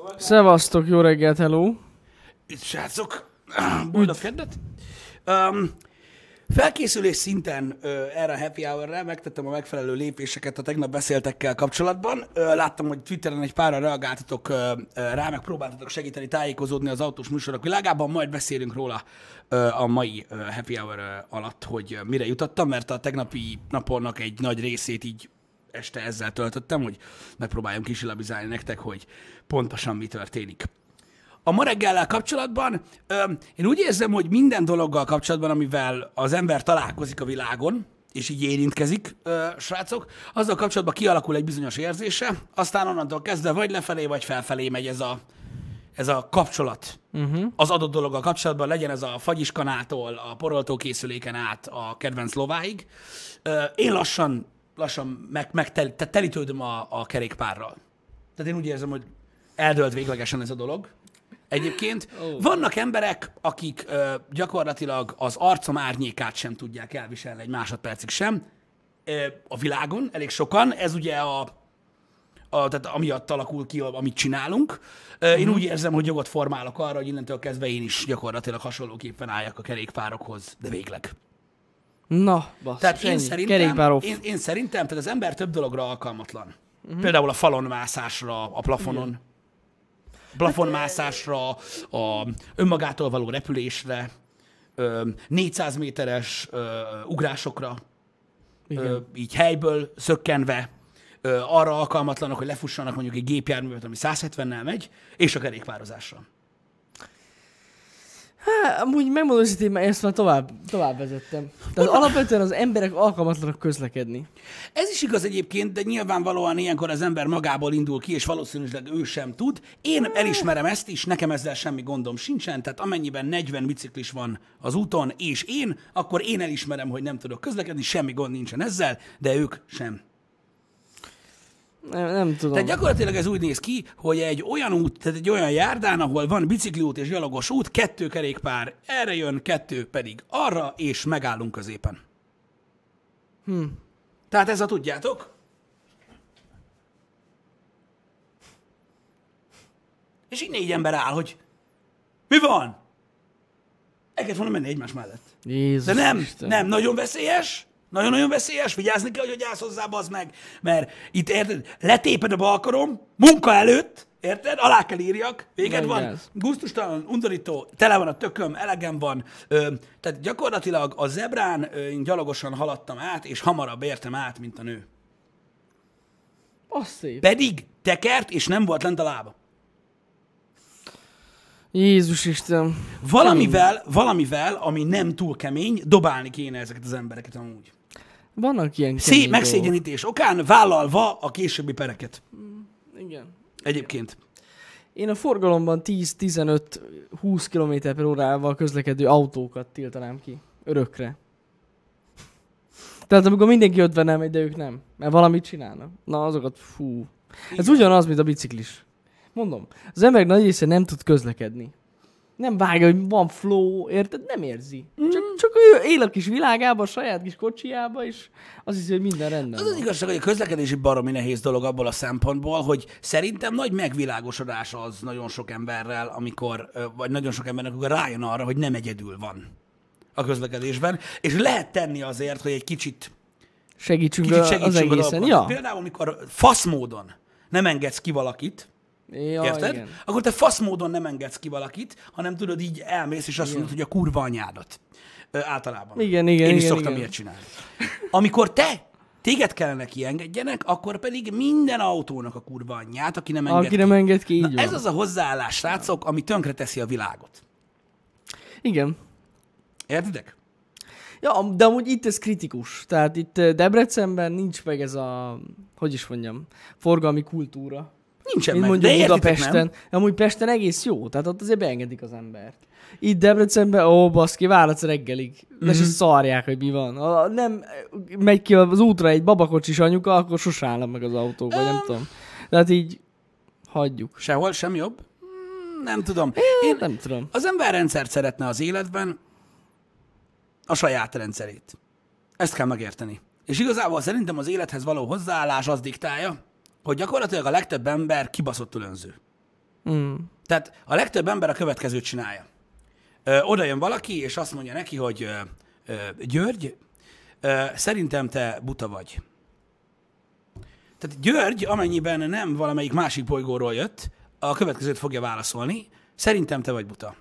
Szevasztok, jó reggelt, hello! Itt srácok, boldog keddet! Felkészülés szinten erre a happy hour-re megtettem a megfelelő lépéseket a tegnap beszéltekkel kapcsolatban. Láttam, hogy Twitteren egy párra reagáltatok rá, meg próbáltatok segíteni tájékozódni az autós műsorok világában, majd beszélünk róla a mai happy hour alatt, hogy mire jutottam, mert a tegnapi naponnak egy nagy részét így este ezzel töltöttem, hogy megpróbáljam kisilabizálni nektek, hogy pontosan mi történik. A ma reggellel kapcsolatban én úgy érzem, hogy minden dologgal kapcsolatban, amivel az ember találkozik a világon, és így érintkezik, srácok, azzal kapcsolatban kialakul egy bizonyos érzése, aztán onnantól kezdve vagy lefelé, vagy felfelé megy ez a kapcsolat az adott dologgal kapcsolatban, legyen ez a fagyiskanától, a poroltókészüléken át a kedvenc lováig. Én lassan telítődöm a kerékpárral. Tehát én úgy érzem, hogy eldőlt véglegesen ez a dolog. Egyébként vannak emberek, akik gyakorlatilag az arcom árnyékát sem tudják elviselni egy másodpercig sem a világon, elég sokan. Ez ugye tehát amiatt alakul ki, amit csinálunk. Én úgy érzem, hogy jogot formálok arra, hogy innentől kezdve én is gyakorlatilag hasonlóképpen álljak a kerékpárokhoz, de végleg. Na, basszus, Tehát én szerintem, tehát az ember több dologra alkalmatlan. Például a falon mászásra, a plafonon. Plafonmászásra, a önmagától való repülésre, 400 méteres ugrásokra, így helyből szökkenve, arra alkalmatlanok, hogy lefussanak mondjuk egy gépjárművet, ami 170-nel megy, és a kerékpározásra. Hát, amúgy megmondom, hogy én ezt már tovább vezettem. Tehát alapvetően az emberek alkalmatlanak közlekedni. Ez is igaz egyébként, de nyilvánvalóan ilyenkor az ember magából indul ki, és valószínűleg ő sem tud. Én elismerem ezt is, nekem ezzel semmi gondom sincsen, tehát amennyiben 40 biciklis van az úton, és én, akkor én elismerem, hogy nem tudok közlekedni, semmi gond nincsen ezzel, de ők sem. Nem tudom. Tehát gyakorlatilag ez úgy néz ki, hogy egy olyan út, tehát egy olyan járdán, ahol van bicikliút és gyalogos út, 2 kerékpár erre jön, 2 pedig arra, és megállunk középen. Tehát ez a tudjátok. És így 4 ember áll, hogy mi van? El kellett volna menni egymás mellett. Jézus de nem, Isten. nem, nagyon veszélyes. Nagyon-nagyon veszélyes, vigyázni kell, hogy állsz hozzá, bazd meg, mert itt, érted, letéped a balkarom, munka előtt, érted, alá kell írjak, véged van, gusztustalan, undorító, tele van a tököm, elegem van, tehát gyakorlatilag a zebrán én gyalogosan haladtam át, és hamarabb értem át, mint a nő. Az szép. Pedig tekert, és nem volt lent a lába. Jézus Isten. Valamivel, ami nem túl kemény, dobálni kéne ezeket az embereket amúgy. Vannak ilyen kemény megszégyenítés okán vállalva a későbbi pereket. Igen. Egyébként. Én a forgalomban 10-15-20 km/h közlekedő autókat tiltanám ki. Örökre. Tehát amikor mindenki 50-nel megy, de ők nem. Mert valamit csinálnak. Na azokat, fú. Ez ugyanaz, mint a biciklis. Mondom, az emberek nagy része nem tud közlekedni. Nem vágja, hogy van flow, érted? Nem érzi. Csak ő él a kis világába, a saját kis kocsijába, és azt hiszi, hogy minden rendben az van. Az igazság, hogy a közlekedési baromi nehéz dolog abból a szempontból, hogy szerintem nagy megvilágosodás az nagyon sok emberrel, vagy nagyon sok embernek, amikor rájön arra, hogy nem egyedül van a közlekedésben, és lehet tenni azért, hogy egy kicsit segítsünk az egészen. Ja. Például, amikor faszmódon nem engedsz ki valakit, ja, érted? Igen. Akkor te faszmódon nem engedsz ki valakit, hanem tudod, így elmész, és azt mondod, hogy a kurva anyádat. Általában. Igen. Én is szoktam ilyet csinálni. Amikor téged kellene kiengedjenek, akkor pedig minden autónak a kurva anyját, aki nem enged ki. Így ez az a hozzáállás, srácok, ami tönkreteszi a világot. Igen. Értitek? Ja, de amúgy itt ez kritikus. Tehát itt Debrecenben nincs meg ez a, hogy is mondjam, forgalmi kultúra. Nincsen meg, de értitek, Budapesten. nem? Amúgy Pesten egész jó, tehát ott azért beengedik az embert. Itt Debrecenben, baszki, várhatsz reggelig. De se szarják, hogy mi van. Ha nem megy ki az útra egy babakocsis anyuka, akkor sosem állnak meg az autók, vagy nem tudom. Tehát így hagyjuk. Sehol sem jobb? Nem tudom. Én nem tudom. Az ember rendszert szeretne az életben, a saját rendszerét. Ezt kell megérteni. És igazából szerintem az élethez való hozzáállás az diktálja, hogy gyakorlatilag a legtöbb ember kibaszott önző. Tehát a legtöbb ember a következőt csinálja. Oda jön valaki, és azt mondja neki, hogy György, szerintem te buta vagy. Tehát György, amennyiben nem valamelyik másik bolygóról jött, a következőt fogja válaszolni, szerintem te vagy buta.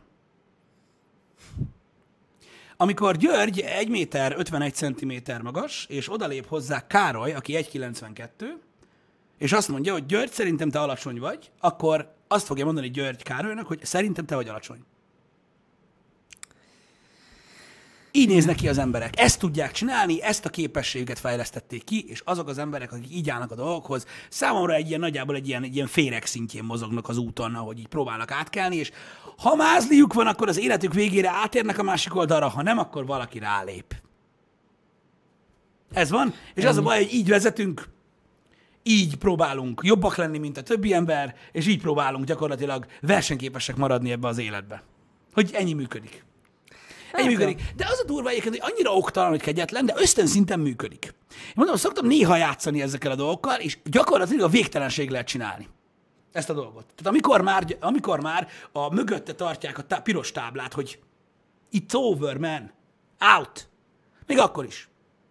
Amikor György 1 méter 51 centiméter magas, és odalép hozzá Károly, aki 1,92, és azt mondja, hogy György, szerintem te alacsony vagy, akkor azt fogja mondani György Károlynak, hogy szerintem te vagy alacsony. Így néznek ki az emberek. Ezt tudják csinálni, ezt a képességet fejlesztették ki, és azok az emberek, akik így állnak a dolgokhoz, számomra nagyjából egy ilyen féreg szintjén mozognak az úton, ahogy így próbálnak átkelni, és ha mázliuk van, akkor az életük végére átérnek a másik oldalra, ha nem, akkor valaki rálép. Ez van, és az a baj, hogy így vezetünk, így próbálunk jobbak lenni, mint a többi ember, és így próbálunk gyakorlatilag versenyképesek maradni ebbe az életbe. Hogy ennyi működik. Ennyi működik. De az a durva egyébként, hogy annyira oktalan, hogy kegyetlen, de ösztönszinten működik. Én mondom, szoktam néha játszani ezekkel a dolgokkal, és gyakorlatilag a végtelenség lehet csinálni ezt a dolgot. Tehát amikor már a mögötte tartják a piros táblát, hogy it's over, man. Out. Még akkor is.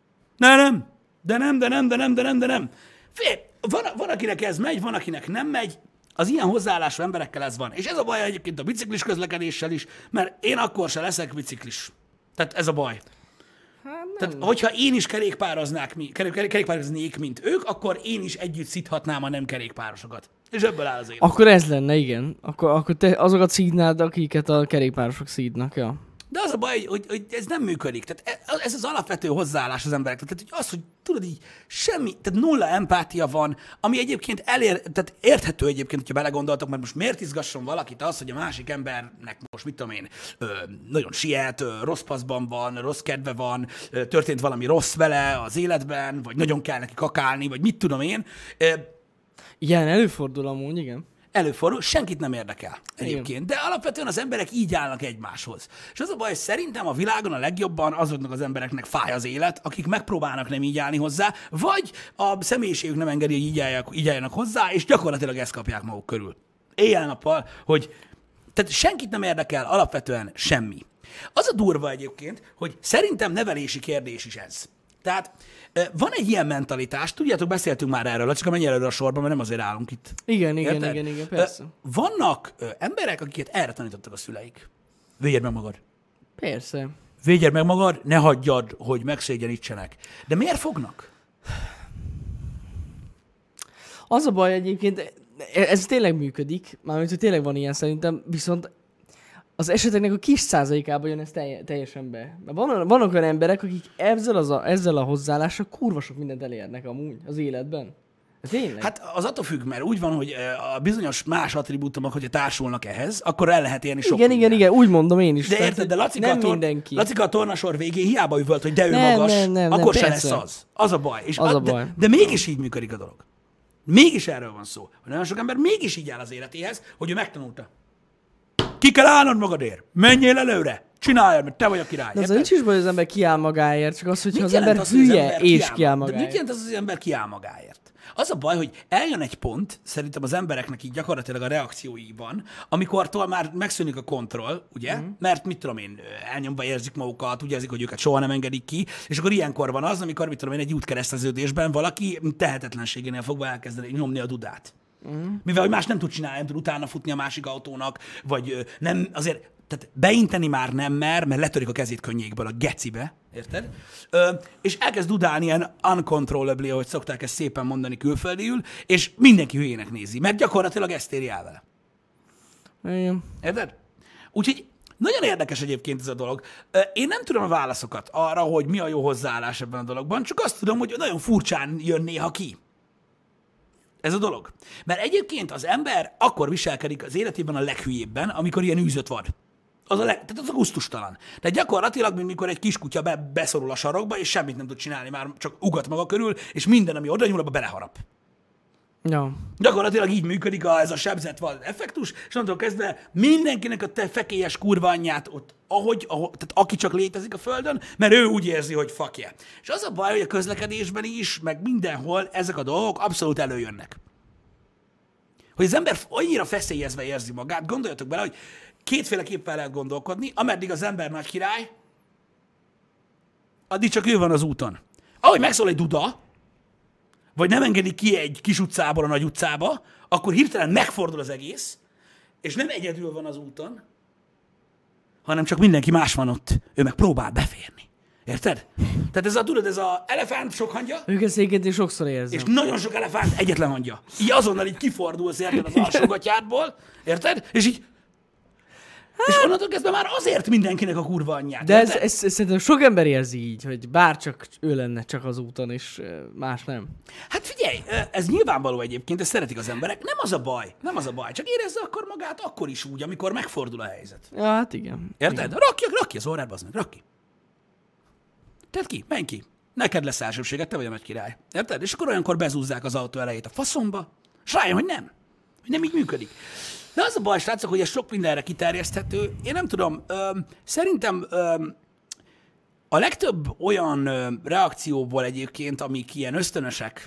De nem. Van, akinek ez megy, van, akinek nem megy. Az ilyen hozzáállású emberekkel ez van. És ez a baj egyébként a biciklis közlekedéssel is, mert én akkor se leszek biciklis. Tehát ez a baj. Tehát, hogyha én is kerékpároznék, mint ők, akkor én is együtt szidhatnám a nem kerékpárosokat. És ebből áll az élet. Akkor ez lenne, igen. Akkor te azokat szídnád, akiket a kerékpárosok szídnak, ja. De az a baj, hogy ez nem működik. Tehát ez az alapvető hozzáállás az embereknek. Tehát hogy az, hogy tudod így semmi, tehát nulla empátia van, ami egyébként tehát érthető egyébként, hogyha belegondoltok, mert most miért izgasson valakit az, hogy a másik embernek most, mit tudom én, nagyon siet, rossz paszban van, rossz kedve van, történt valami rossz vele az életben, vagy nagyon kell neki kakálni, vagy mit tudom én. Igen, előfordul amúgy, igen. Előfordul, senkit nem érdekel egyébként. Igen. De alapvetően az emberek így állnak egymáshoz. És az a baj, hogy szerintem a világon a legjobban azoknak az embereknek fáj az élet, akik megpróbálnak nem így állni hozzá, vagy a személyiségük nem engedi, hogy így álljanak hozzá, és gyakorlatilag ezt kapják maguk körül. Éjjel-nappal, hogy tehát senkit nem érdekel alapvetően semmi. Az a durva egyébként, hogy szerintem nevelési kérdés is ez. Tehát van egy ilyen mentalitás, tudjátok, beszéltünk már erről, csak menj előre a sorban, mert nem azért állunk itt. Igen, persze. Vannak emberek, akiket erre tanítottak a szüleik. Védjed meg magad. Persze. Védjed meg magad, ne hagyjad, hogy megszégyenítsenek. De miért fognak? Az a baj egyébként, ez tényleg működik, mármint, hogy tényleg van ilyen szerintem, viszont az eseteknek a kis százalékában jön ez teljesen be. Vannak olyan emberek, akik ezzel a hozzáállással kurva sok mindent elérnek amúgy az életben. Tényleg? Hát az attól függ, mert úgy van, hogy a bizonyos más attribútumok, hogyha társulnak ehhez, akkor el lehet érni sok mindent. Igen, úgy mondom én is. De érted, de Lacika a tornasor végén hiába üvölt, hogy de ő magas, akkor se lesz az. Az a baj. És az a baj. De mégis így működik a dolog. Mégis erről van szó. Hogy nagyon sok ember mégis így áll az életéhez, hogy ő megtanulta. Ki kell állnod magadért. Menjél előre. Csináljad, mert te vagy a király. De az nincs is baj, hogy az ember kiáll magáért, csak az, hogyha az ember hülye és kiáll magáért. De mit jelent az, hogy az ember kiáll magáért? Az a baj, hogy eljön egy pont, szerintem az embereknek így gyakorlatilag a reakcióiban, amikortól már megszűnik a kontroll, ugye? Mert mit tudom én, elnyomva érzik magukat, úgy érzik, hogy őket soha nem engedik ki, és akkor ilyenkor van az, amikor mit tudom én, egy útkereszteződésben valaki tehetetlenségénél fogva elkezdeni nyomni a dudát. Mivel hogy más nem tud csinálni, nem tud utána futni a másik autónak, vagy nem, azért, tehát beinteni már nem mert letörik a kezét könnyékből a gecibe, érted? És elkezd dudálni ilyen uncontrollably, ahogy szokták ezt szépen mondani külföldiül, és mindenki hülyének nézi, mert gyakorlatilag ezt éri el vele. Igen. Érted? Úgyhogy nagyon érdekes egyébként ez a dolog. Én nem tudom a válaszokat arra, hogy mi a jó hozzáállás ebben a dologban, csak azt tudom, hogy nagyon furcsán jön néha ki. Ez a dolog. Mert egyébként az ember akkor viselkedik az életében a leghülyébben, amikor ilyen űzött vad. Tehát az a gusztustalan. Tehát gyakorlatilag, mint mikor egy kiskutya beszorul a sarokba, és semmit nem tud csinálni, már csak ugat maga körül, és minden, ami oda nyúl, abba beleharap. Ja. Gyakorlatilag így működik ez a sebzett vad effektus, és onnantól kezdve mindenkinek a te fekélyes kurva anyját ott, tehát aki csak létezik a Földön, mert ő úgy érzi, hogy fuck yeah. És az a baj, hogy a közlekedésben is, meg mindenhol ezek a dolgok abszolút előjönnek. hogy az ember annyira feszélyezve érzi magát, gondoljatok bele, hogy kétféleképpen lehet gondolkodni, ameddig az ember nagy király, addig csak ő van az úton. Ahogy megszól egy duda, vagy nem engedik ki egy kis utcából a nagy utcába, akkor hirtelen megfordul az egész, és nem egyedül van az úton, hanem csak mindenki más van ott. Ő meg próbál beférni. Érted? Tehát ez a elefánt sok hangja, Ők ezt egyébként én sokszor érzem. és nagyon sok elefánt egyetlen hangja. Így azonnal így kifordulsz, érted, az alsógatyádból, érted? És így... És onnantól kezdve már azért mindenkinek a kurva anyját. De érted? ez szerintem sok ember érzi így, hogy bárcsak ő lenne csak az úton, és más nem. Hát figyelj, ez nyilvánvaló egyébként, ezt szeretik az emberek. Nem az a baj, nem az a baj. Csak érezze akkor magát akkor is úgy, amikor megfordul a helyzet. Ja, hát igen. Érted? Rakj ki az orrádba, az meg, rakj ki. Tedd ki, menj ki. Neked lesz elsőbséged, te vagy a nagy király. Érted? És akkor olyankor bezúzzák az autó elejét a faszomba, és rájön, hogy nem. Hogy nem így működik. De az a baj, srácok, hogy ez sok mindenre kiterjeszthető. Én nem tudom, szerintem a legtöbb olyan reakcióból egyébként, amik ilyen ösztönösek,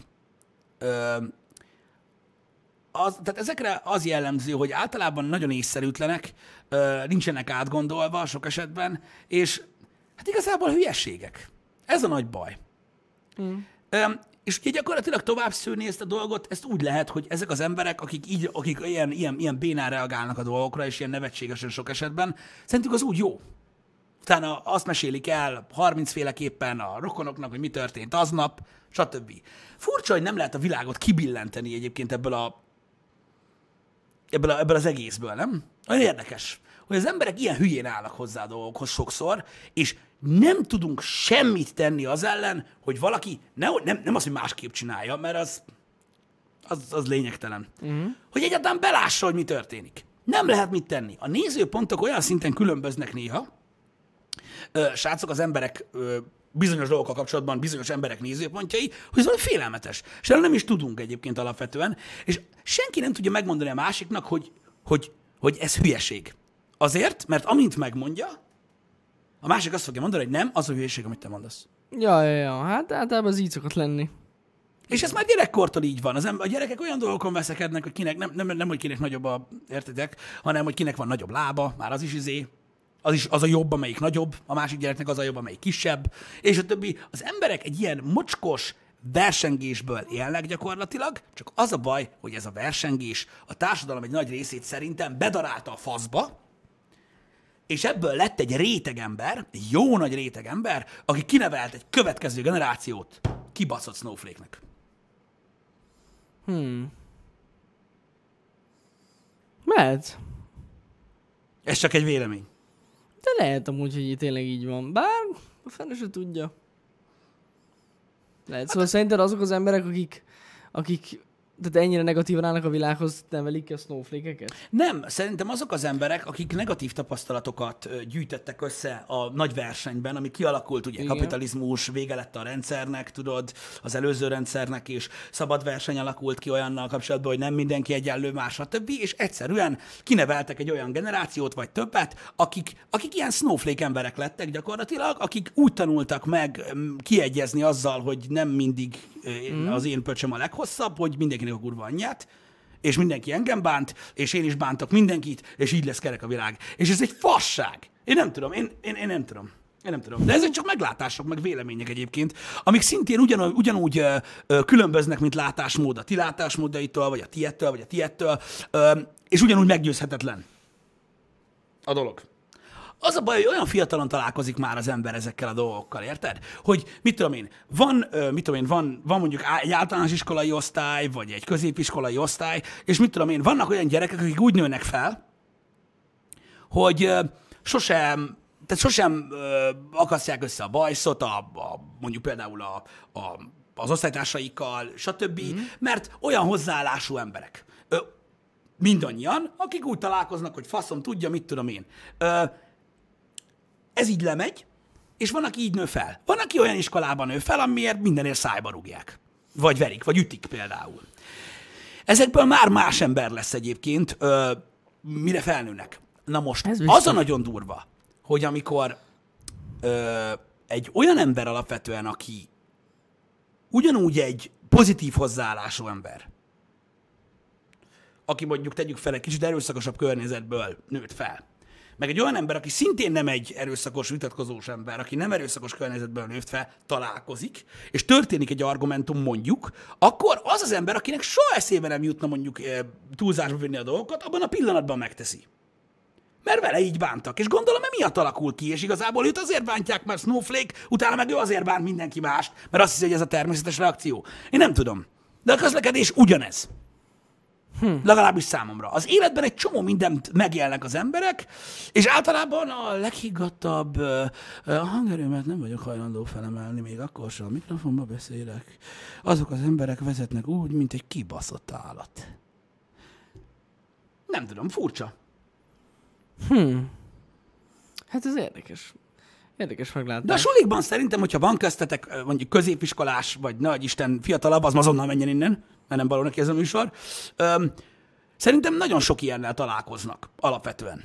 tehát ezekre az jellemző, hogy általában nagyon észszerűtlenek, nincsenek átgondolva sok esetben, és hát igazából hülyességek. Ez a nagy baj. És ugye gyakorlatilag tovább szűrni ezt a dolgot, ezt úgy lehet, hogy ezek az emberek, akik ilyen bénán reagálnak a dolgokra, és ilyen nevetségesen sok esetben, szerintük az úgy jó. Utána azt mesélik el 30 féleképpen a rokonoknak, hogy mi történt aznap, stb. Furcsa, hogy nem lehet a világot kibillenteni egyébként ebből az egészből, nem? Olyan érdekes, hogy az emberek ilyen hülyén állnak hozzá a dolgokhoz sokszor, és nem tudunk semmit tenni az ellen, hogy valaki, nem az, hogy másképp csinálja, mert az lényegtelen. Hogy egyáltalán belássa, hogy mi történik. Nem lehet mit tenni. A nézőpontok olyan szinten különböznek néha, srácok, az emberek bizonyos dolgokkal kapcsolatban bizonyos emberek nézőpontjai, hogy ez valami félelmetes. És erről nem is tudunk egyébként alapvetően, és senki nem tudja megmondani a másiknak, hogy ez hülyeség. Azért, mert amint megmondja, a másik azt fogja mondani, hogy nem, az a hülyeség, amit te mondasz. Ja, hát általában az így szokott lenni. És ez már gyerekkortól így van. A gyerekek olyan dolgokon veszekednek, hogy kinek, nem hogy kinek nagyobb értitek, hanem hogy kinek van nagyobb lába, már az is az a jobb, amelyik nagyobb, a másik gyereknek az a jobb, amelyik kisebb, és a többi. Az emberek egy ilyen mocskos versengésből élnek gyakorlatilag, csak az a baj, hogy ez a versengés a társadalom egy nagy részét szerintem bedarálta a faszba, és ebből lett egy rétegember, egy jó nagy rétegember, aki kinevelt egy következő generációt kibaszott snowflake-nek. Mehet. Ez csak egy vélemény. De lehet amúgy, hogy tényleg így van. Bár a fene se tudja. Lehet. Szóval szerinted azok az emberek, akik tehát ennyire negatívan állnak a világhoz, nevelik ki a snowflake-eket? Nem, szerintem azok az emberek, akik negatív tapasztalatokat gyűjtettek össze a nagy versenyben, ami kialakult, ugye, igen, kapitalizmus, vége lett a rendszernek, tudod, az előző rendszernek, és szabad verseny alakult ki olyannal kapcsolatban, hogy nem mindenki egyenlő más, stb. És egyszerűen kineveltek egy olyan generációt, vagy többet, akik ilyen snowflake emberek lettek gyakorlatilag, akik úgy tanultak meg kiegyezni azzal, hogy nem mindig az én pöcsöm a leghosszabb, hogy mindenkinek a kurva anyját, és mindenki engem bánt, és én is bántok mindenkit, és így lesz kerek a világ. És ez egy fasság. Én nem tudom, én nem tudom. Én nem tudom. De ezek csak meglátások, meg vélemények egyébként, amik szintén ugyanúgy különböznek, mint látásmód a ti látásmódaitól, vagy a tiettől, és ugyanúgy meggyőzhetetlen a dolog. Az a baj, hogy olyan fiatalon találkozik már az ember ezekkel a dolgokkal, érted? Hogy mit tudom én, van mondjuk egy általános iskolai osztály, vagy egy középiskolai osztály, és mit tudom én, vannak olyan gyerekek, akik úgy nőnek fel, hogy sosem akasztják össze a bajszot, mondjuk például az osztálytársaikkal, stb., mert olyan hozzáállású emberek. Mindannyian, akik úgy találkoznak, hogy faszom tudja, mit tudom én. Ez így lemegy, és van, aki így nő fel. Van, aki olyan iskolában nő fel, amiért mindenért szájba rúgják. Vagy verik, vagy ütik például. Ezekből már más ember lesz egyébként, mire felnőnek. Na most, az a nagyon durva, hogy amikor egy olyan ember alapvetően, aki ugyanúgy egy pozitív hozzáállású ember, aki mondjuk tegyük fel egy kicsit erőszakosabb környezetből nőtt fel, meg egy olyan ember, aki szintén nem egy erőszakos, vitatkozós ember, aki nem erőszakos környezetből nőtt fel, találkozik, és történik egy argumentum mondjuk, akkor az az ember, akinek soha eszébe nem jutna mondjuk túlzásba vinni a dolgokat, abban a pillanatban megteszi. Mert vele így bántak, és gondolom, emiatt alakul ki, és igazából őt azért bántják, mert Snowflake, utána meg ő azért bánt mindenki mást, mert azt hiszi, hogy ez a természetes reakció. Én nem tudom. De a közlekedés ugyanez. Legalábbis számomra. Az életben egy csomó mindent megélnek az emberek, és általában a leghiggadtabb hangerőmet nem vagyok hajlandó felemelni, még akkor sem a mikrofonba beszélek. Azok az emberek vezetnek úgy, mint egy kibaszott állat. Nem tudom, furcsa. Hát ez érdekes. Érdekes meglátás. De a sulikban szerintem, hogyha van köztetek mondjuk középiskolás, vagy nagy Isten fiatalabb, az azonnal menjen innen, mert nem való neki ez a műsor. Szerintem nagyon sok ilyennel találkoznak alapvetően.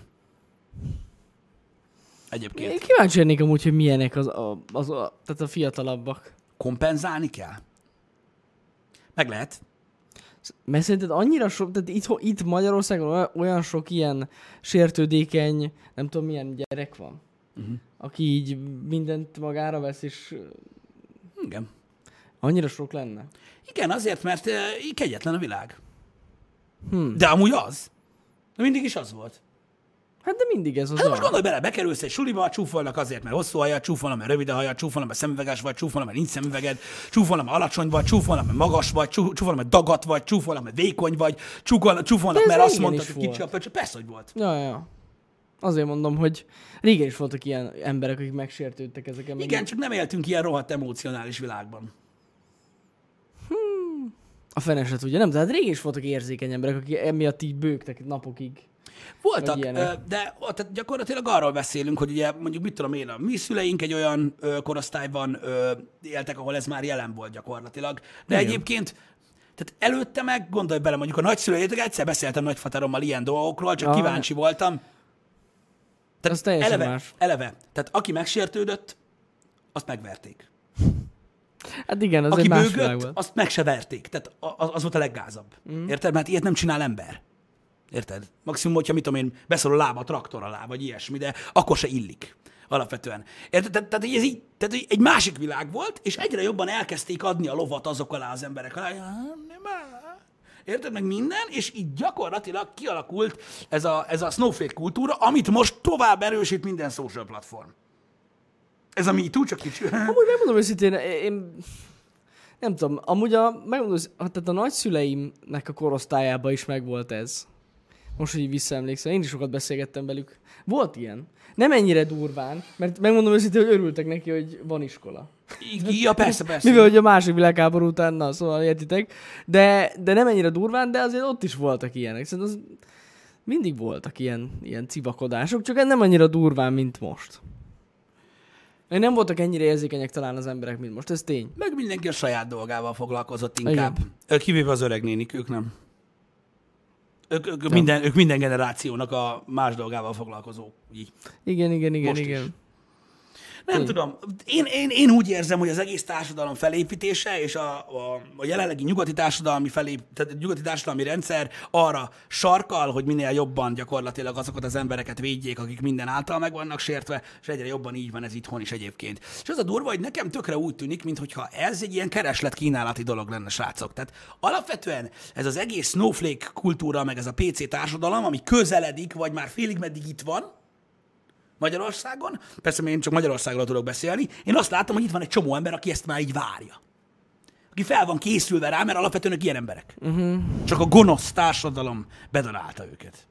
Egyébként. Én kíváncsi lennék amúgy, hogy milyenek tehát a fiatalabbak. Kompenzálni kell? Meg lehet. Mert szerinted annyira sok, tehát itt Magyarországon olyan sok ilyen sértődékeny, nem tudom milyen gyerek van, aki így mindent magára vesz, és Igen. annyira sok lenne. Igen, azért, mert kegyetlen a világ. De amúgy az. De mindig is az volt. Hát de mindig ez az. Hát most gondolj bele, bekerülsz egy suliba, csúfolnak azért, mert hosszú haja, csúfolnak, mert rövid a haja, csúfolnak, mert szemüveges vagy, csúfolnak, mert nincs szemüveged, csúfolnak, mert alacsony vagy, csúfolnak, mert magas vagy, csúfolnak, mert dagat vagy, csúfolnak, mert vékony vagy, csúfolnak, mert azt mondtad, hogy kicsi a pöcsö. Persze, hogy volt. Ja. Azért mondom, hogy régen is voltak ilyen emberek, akik megsértődtek ezeken. Igen, csak nem éltünk ilyen rohadt emocionális világban. A fene se tudja, nem? Tehát régen is voltak érzékeny emberek, akik emiatt így bőgtek napokig. Voltak, de tehát gyakorlatilag arról beszélünk, hogy ugye mondjuk mit tudom én, a mi szüleink egy olyan korosztályban éltek, ahol ez már jelen volt gyakorlatilag. De igen. Egyébként, tehát előtte meg gondolj bele, mondjuk a nagyszüleitek, egyszer beszéltem nagyfaterommal ilyen dolgokról, csak kíváncsi voltam. Tehát az teljesen más. Eleve. Tehát aki megsértődött, azt megverték. Hát igen, az aki egy más bőgött, világ volt. azt meg se verték. Tehát az volt a leggázabb. Érted? Mert ilyet nem csinál ember. Érted? Maximum, hogyha mit tudom én, beszól a lába a traktor alá, vagy ilyesmi, de akkor se illik. Alapvetően. Érted? Tehát ez így, tehát egy másik világ volt, és egyre jobban elkezdték adni a lovat azok alá az emberek alá. Érted? Meg minden, és így gyakorlatilag kialakult ez a Snowflake kultúra, amit most tovább erősít minden social platform. Ez a MeToo, csak kicsi. Amúgy megmondom őszintén, én nem tudom, amúgy tehát a nagyszüleimnek a korosztályában is megvolt ez. Most, hogy így visszaemlékszem, én is sokat beszélgettem velük. Volt ilyen. Nem ennyire durván, mert megmondom őszintén, hogy örültek neki, hogy van iskola. Ja, persze. Mivel, hogy a második világháború után, na, szóval értitek. De nem ennyire durván, de azért ott is voltak ilyenek. Szerintem mindig voltak ilyen civakodások, csak nem annyira durván, mint most. Nem voltak ennyire érzékenyek talán az emberek, mint most, ez tény. Meg mindenki a saját dolgával foglalkozott inkább. Kivéve az öreg nénik, ők nem. Ők minden generációnak a más dolgával foglalkozók. Igen. Nem tudom. Én úgy érzem, hogy az egész társadalom felépítése és a jelenlegi nyugati társadalmi rendszer arra sarkal, hogy minél jobban gyakorlatilag azokat az embereket védjék, akik minden által meg vannak sértve, és egyre jobban így van ez itthon is egyébként. És az a durva, hogy nekem tökre úgy tűnik, mintha ez egy ilyen kereslet-kínálati dolog lenne, srácok. Tehát alapvetően ez az egész Snowflake kultúra, meg ez a PC társadalom, ami közeledik, vagy már félig meddig itt van, Magyarországon, persze én csak Magyarországról tudok beszélni, én azt látom, hogy itt van egy csomó ember, aki ezt már így várja. Aki fel van készülve rá, mert alapvetően ők ilyen emberek. Csak a gonosz társadalom bedarálta őket.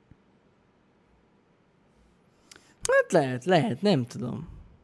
Hát lehet, nem tudom.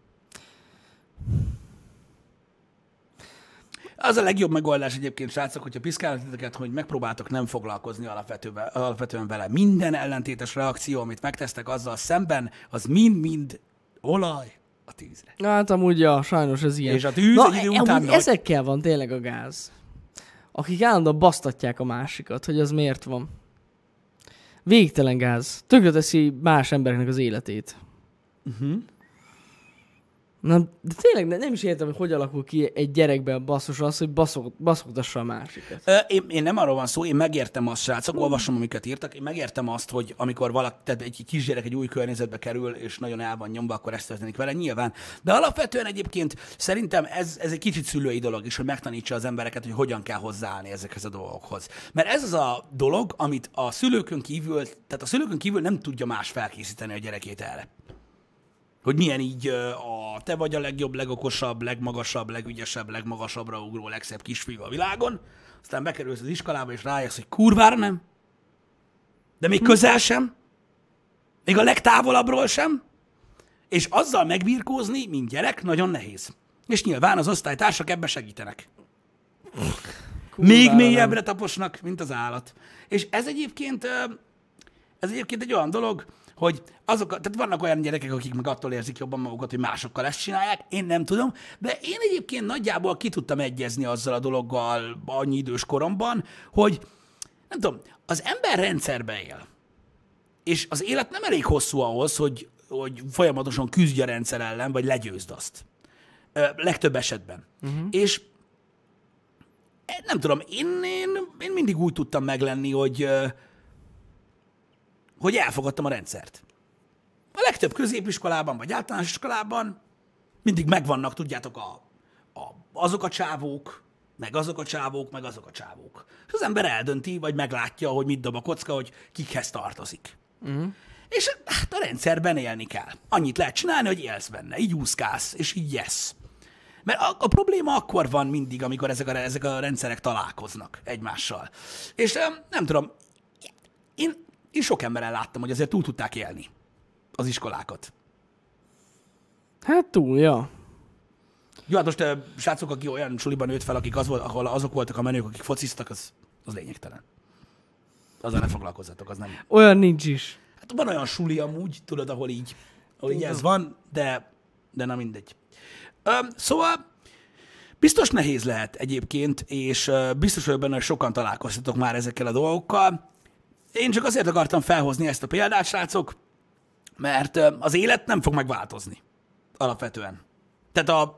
Az a legjobb megoldás egyébként, srácok, hogyha piszkálnak titeket, hogy megpróbáltok nem foglalkozni alapvetően vele. Minden ellentétes reakció, amit megtesztek azzal szemben, az mind-mind olaj a tűzre. Hát amúgy, ja, sajnos ez ilyen. És a tűz egy idő után nagy. Ezekkel van tényleg a gáz. Akik állandóan basztatják a másikat, hogy az miért van. Végtelen gáz. Tönkre teszi más embereknek az életét. Na, de tényleg nem is értem, hogy alakul ki egy gyerekben basszus az, hogy baszogtassa a másikat. Én nem arról van szó, én megértem azt, srácok, olvasom, amiket írtak, én megértem azt, hogy amikor valaki, tehát egy kisgyerek egy új környezetbe kerül, és nagyon el van nyomva, akkor ezt történik vele, nyilván. De alapvetően egyébként szerintem ez egy kicsit szülői dolog is, hogy megtanítsa az embereket, hogy hogyan kell hozzáállni ezekhez a dolgokhoz. Mert ez az a dolog, amit a szülőkön kívül, tehát a szülőkön kívül nem tudja más felkészíteni a gyerekét erre. Hogy milyen így te vagy a legjobb, legokosabb, legmagasabb, legügyesebb, legmagasabbra ugró, legszebb kisfiú a világon, aztán bekerülsz az iskolába, és rájössz, hogy kurvára nem, de még közel sem, még a legtávolabbról sem, és azzal megbirkózni, mint gyerek, nagyon nehéz. És nyilván az osztálytársak ebbe segítenek. Még mélyebbre taposnak, mint az állat. És ez egyébként egy olyan dolog, hogy tehát vannak olyan gyerekek, akik meg attól érzik jobban magukat, hogy másokkal ezt csinálják, én nem tudom, de én egyébként nagyjából ki tudtam egyezni azzal a dologgal annyi idős koromban, hogy nem tudom, az ember rendszerbe él, és az élet nem elég hosszú ahhoz, hogy folyamatosan küzdj a rendszer ellen, vagy legyőzd azt. Legtöbb esetben. És nem tudom, én mindig úgy tudtam meglenni, hogy elfogadtam a rendszert. A legtöbb középiskolában, vagy általános iskolában mindig megvannak, tudjátok, azok a csávók, meg azok a csávók, meg azok a csávók. És az ember eldönti, vagy meglátja, hogy mit dob a kocka, hogy kikhez tartozik. És hát a rendszerben élni kell. Annyit lehet csinálni, hogy élsz benne, így úszkálsz, és így yes. Mert a probléma akkor van mindig, amikor ezek a rendszerek találkoznak egymással. És nem tudom, én sok emberrel láttam, hogy azért túl tudták élni az iskolákat. Hát túl, ja. Jó, hát most srácok, aki olyan suliban nőtt fel, ahol azok voltak a menők, akik fociztak, az lényegtelen. Azzal ne foglalkozzatok, az nem. Olyan nincs is. Hát van olyan suli amúgy, tudod, ahol így ez van, de na mindegy. Szóval biztos nehéz lehet egyébként, és biztos vagyok benne, hogy sokan találkoztatok már ezekkel a dolgokkal. Én csak azért akartam felhozni ezt a példát, srácok, mert az élet nem fog megváltozni. Alapvetően. Tehát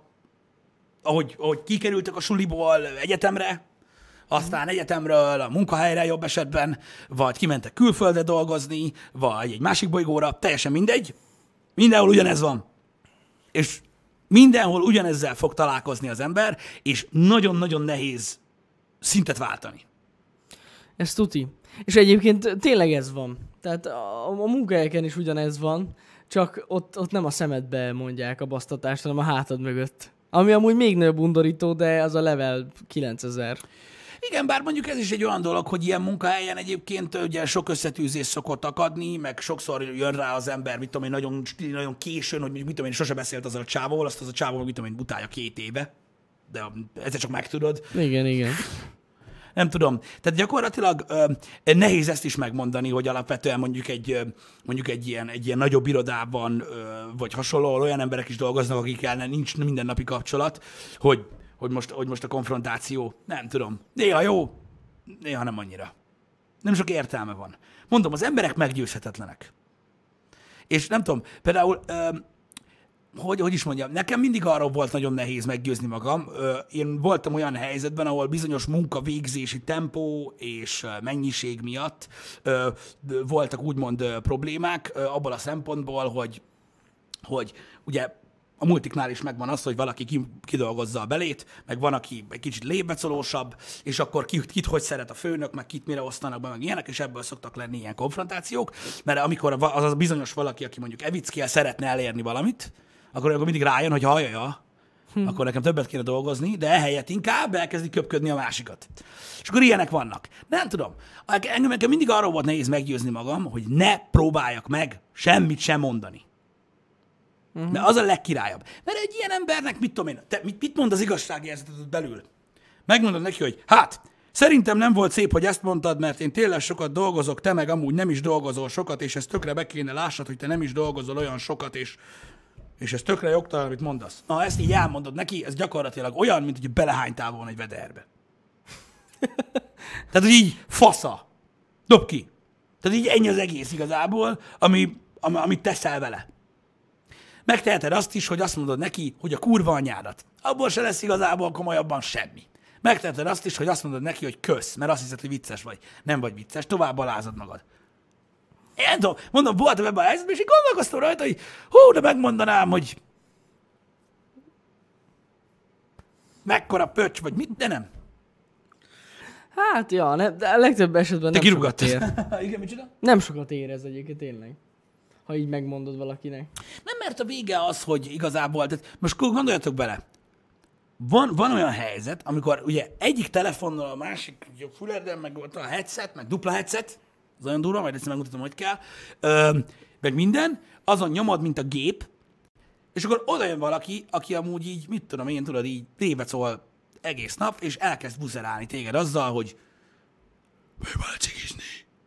ahogy kikerültek a suliból egyetemre, aztán egyetemről a munkahelyre jobb esetben, vagy kimentek külföldre dolgozni, vagy egy másik bolygóra, teljesen mindegy. Mindenhol ugyanez van. És mindenhol ugyanezzel fog találkozni az ember, és nagyon-nagyon nehéz szintet váltani. Ez tuti. És egyébként tényleg ez van. Tehát a munkahelyeken is ugyanez van, csak ott nem a szemedbe mondják a basztatást, hanem a hátad mögött. Ami amúgy még nagyobb undorító, de az a level 9000. Igen, bár mondjuk ez is egy olyan dolog, hogy ilyen munkahelyen egyébként ugye sok összetűzés szokott akadni, meg sokszor jön rá az ember, mit tudom én, nagyon későn, hogy mit tudom én, sose beszélt azzal a csávóval, azt az a csávó, mit tudom én, utálja 2 éve, de egyszer csak megtudod. Igen. Nem tudom. Tehát gyakorlatilag nehéz ezt is megmondani, hogy alapvetően mondjuk egy ilyen nagyobb irodában, vagy hasonló, olyan emberek is dolgoznak, akikkel nincs mindennapi kapcsolat, hogy most a konfrontáció, nem tudom. Néha jó, néha nem annyira. Nem sok értelme van. Mondom, az emberek meggyőzhetetlenek. És nem tudom, például, hogy is mondjam, nekem mindig arról volt nagyon nehéz meggyőzni magam. Én voltam olyan helyzetben, ahol bizonyos munkavégzési tempó és mennyiség miatt voltak úgymond problémák abból a szempontból, hogy ugye a multiknál is megvan az, hogy valaki kidolgozza a belét, meg van, aki egy kicsit lépbecolósabb, és akkor kit hogy szeret a főnök, meg kit mire osztanak be, meg ilyenek, és ebből szoktak lenni ilyen konfrontációk, mert amikor az a bizonyos valaki, aki mondjuk evickél szeretne elérni valamit, akkor mindig rájön, hogy akkor nekem többet kéne dolgozni, de ehelyett inkább elkezdi köpködni a másikat. És akkor ilyenek vannak. Nem tudom. Engem mindig arról volt nehéz meggyőzni magam, hogy ne próbáljak meg semmit sem mondani. De az a legkirályabb. Mert egy ilyen embernek, mit tudom én, te mit mond az igazságérzetet belül? Megmondod neki, hogy hát, szerintem nem volt szép, hogy ezt mondtad, mert én tényleg sokat dolgozok, te meg amúgy nem is dolgozol sokat, és ezt tökre be kéne lássad, hogy te nem is dolgozol olyan sokat, és ez tökre jogtalan, amit mondasz. Na, ezt így elmondod neki, ez gyakorlatilag olyan, mint hogy belehánytál volna egy vederbe. Tehát, hogy így fasza. Dob ki. Tehát így ennyi az egész igazából, amit teszel vele. Megteheted azt is, hogy azt mondod neki, hogy a kurva anyádat. Abból se lesz igazából komolyabban semmi. Megteheted azt is, hogy azt mondod neki, hogy kösz, mert azt hiszed, hogy vicces vagy. Nem vagy vicces, tovább alázod magad. Én tudom, mondom, voltam ebben a helyzetben, és így gondolkoztam rajta, hogy de megmondanám, hogy mekkora pöcs, vagy mit, de nem. Hát, ja, de a legtöbb esetben Te nem sokat kirúgattad. ér. Igen, micsoda? Nem sokat ér ez egyébként tényleg. Ha így megmondod valakinek. Nem, mert a vége az, hogy igazából, tehát most gondoljatok bele, van olyan helyzet, amikor ugye egyik telefonnal a másik füledben, meg ott a headset, meg dupla headset, az olyan durva, majd egyszer megmutatom, hogy kell, meg minden, azon nyomod, mint a gép, és akkor oda jön valaki, aki amúgy így, mit tudom én, tudod, így tévecol egész nap, és elkezd buzerálni téged azzal, hogy megpróbál cigizni.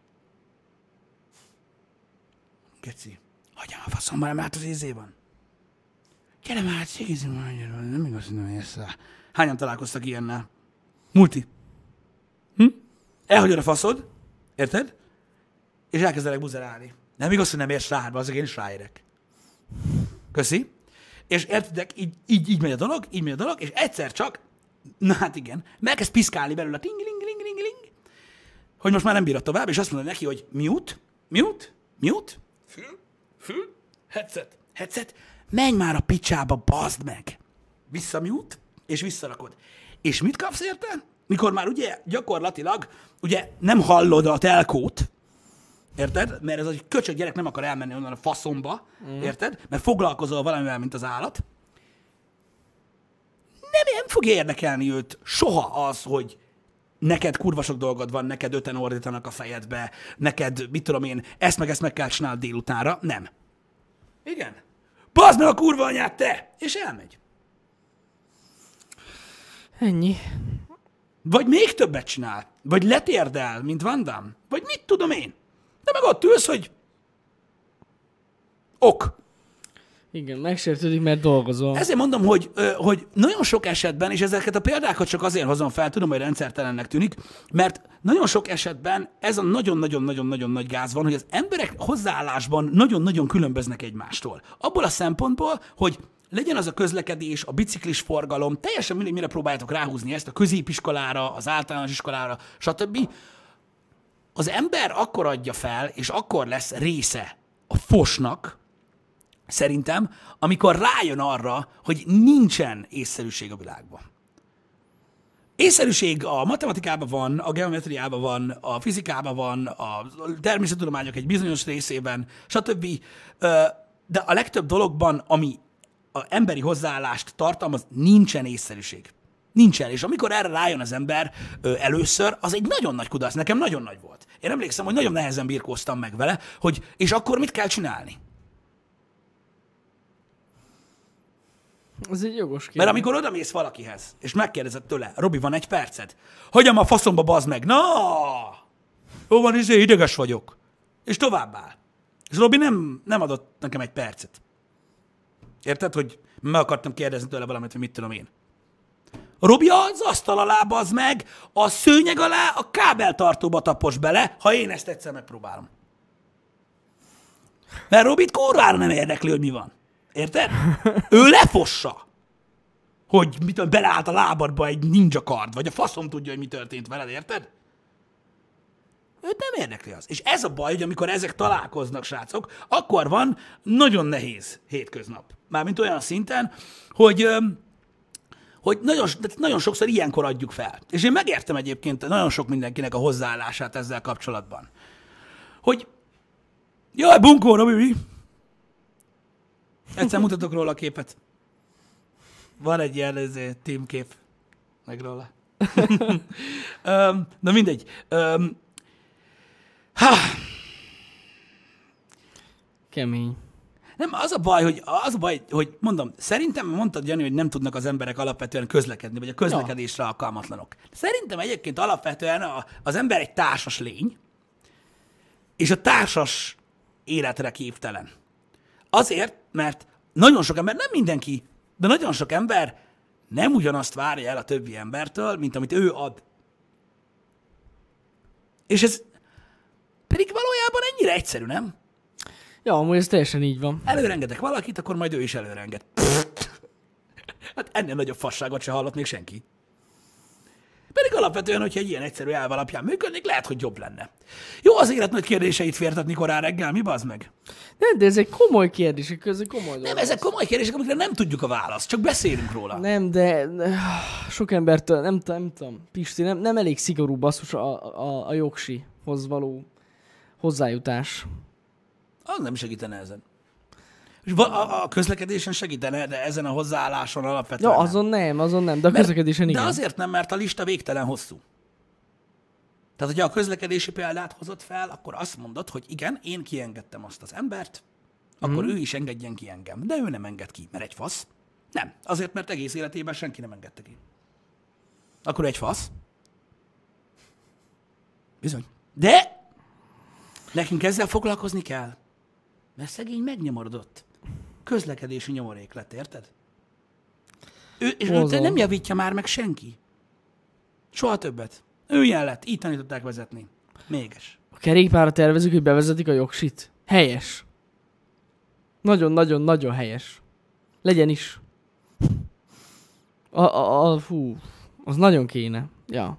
Geci, hagyjam a faszomba, nem lát az ízé van. Gyere már, cigizni már, nem igaz, hogy nem érsz rá. Hányan találkoztak ilyennel? Multi. Elhagyod a faszod, érted? És elkezdelek buzerálni. Nem igaz, hogy nem érsz rá, azok én is ráérek. Köszi. És értedek, így megy a dolog, és egyszer csak, na hát igen, elkezd piszkálni belőle, ting-ling, hogy most már nem bírod tovább, és azt mondod neki, hogy mute, fül, headset, menj már a picsába, bazd meg. Visszamute, és visszarakod. És mit kapsz érte? Mikor már ugye gyakorlatilag, ugye nem hallod a telkót, érted? Mert ez egy köcsög gyerek nem akar elmenni onnan a faszomba, érted? Mert foglalkozol valamivel, mint az állat. Nem fogja érdekelni őt soha az, hogy neked kurva sok dolgod van, neked 5-en ordítanak a fejedbe, neked, mit tudom én, ezt meg kell csinálni délutánra. Nem. Igen. Bazd meg a kurva anyát, te! És elmegy. Ennyi. Vagy még többet csinál. Vagy letérdel, mint Van Damme. Vagy mit tudom én. De meg ott ülsz, hogy ok. Igen, megsértődik, mert dolgozol. Ezért mondom, hogy nagyon sok esetben, és ezeket a példákat csak azért hozom fel, tudom, hogy rendszertelennek tűnik, mert nagyon sok esetben ez a nagyon-nagyon-nagyon-nagyon nagy gáz van, hogy az emberek hozzáállásban nagyon-nagyon különböznek egymástól. Abból a szempontból, hogy legyen az a közlekedés, a biciklis forgalom, teljesen mindegy, mire próbáljátok ráhúzni ezt, a középiskolára, az általános iskolára, stb. Az ember akkor adja fel, és akkor lesz része a fosnak, szerintem, amikor rájön arra, hogy nincsen észszerűség a világban. Észszerűség a matematikában van, a geometriában van, a fizikában van, a természettudományok egy bizonyos részében, stb. De a legtöbb dologban, ami az emberi hozzáállást tartalmaz, nincsen észszerűség. Nincsen. És amikor erre rájön az ember először, az egy nagyon nagy kudarc. Nekem nagyon nagy volt. Én emlékszem, hogy nagyon nehezen birkóztam meg vele, hogy és akkor mit kell csinálni? Ez egy jogos kérdés. Mert amikor odamész valakihez, és megkérdezed tőle, Robi, van egy perced? Hagyjam a faszomba, bazd meg! Na! Jó van, ideges vagyok. És továbbáll. És Robi nem adott nekem egy percet. Érted, hogy meg akartam kérdezni tőle valamit, hogy mit tudom én. Robi az asztal alá, bazd meg, a szőnyeg alá a kábeltartóba tapos bele, ha én ezt egyszer megpróbálom. Mert Robit kurvára nem érdekli, hogy mi van. Érted? Ő lefossa, hogy mit tudom, beleállt a lábadba egy ninja kard, vagy a faszom tudja, hogy mi történt veled, érted? Őt nem érdekli az. És ez a baj, hogy amikor ezek találkoznak, srácok, akkor van nagyon nehéz hétköznap. Mármint olyan szinten, hogy nagyon sokszor ilyenkor adjuk fel. És én megértem egyébként nagyon sok mindenkinek a hozzáállását ezzel kapcsolatban. Hogy jaj, bunkó, Robi, egyszer mutatok róla a képet. Van egy ilyen teamkép meg róla. Na mindegy. Kemény. Nem, az a baj, hogy mondom, szerintem mondtad, Jani, hogy nem tudnak az emberek alapvetően közlekedni, vagy a közlekedésre alkalmatlanok. Szerintem egyébként alapvetően az ember egy társas lény, és a társas életre képtelen. Azért, mert nagyon sok ember, nem mindenki, de nagyon sok ember nem ugyanazt várja el a többi embertől, mint amit ő ad. És ez pedig valójában ennyire egyszerű, nem? Ja, amúgy ez teljesen így van. Előrengedek valakit, akkor majd ő is előrenged. Hát ennél nagyobb fasságot se hallott még senki. Pedig alapvetően, hogyha egy ilyen egyszerű elv alapján működnék, lehet, hogy jobb lenne. Jó, az élet nagy kérdéseit fértetni korán reggel, mi bazd meg? Nem, de ezek komoly kérdések, ezek komoly dolgok. Nem, ezek komoly kérdések, amikre nem tudjuk a választ, csak beszélünk róla. Nem, de sok embertől, nem tudom, Pisti, nem elég szigorú basszus a jogsihoz való hozzájutás. Az nem segítene ezen. És a közlekedésen segítene, de ezen a hozzáálláson alapvetően Ja, azon nem, de a közlekedésen igen. De azért nem, mert a lista végtelen hosszú. Tehát, hogyha a közlekedési példát hozott fel, akkor azt mondod, hogy igen, én kiengedtem azt az embert, akkor ő is engedjen ki engem. De ő nem enged ki, mert egy fasz. Nem. Azért, mert egész életében senki nem engedte ki. Akkor egy fasz. Bizony. De nekünk ezzel foglalkozni kell. Mert szegény megnyomorodott. Közlekedési nyomorék lett, érted? És őt nem javítja már meg senki. Soha többet. Ő ilyen lett, így tanították vezetni. Méges. A kerékpárra tervezik, hogy bevezetik a jogsit. Helyes. Nagyon-nagyon-nagyon helyes. Legyen is. Fú, az nagyon kéne. Ja.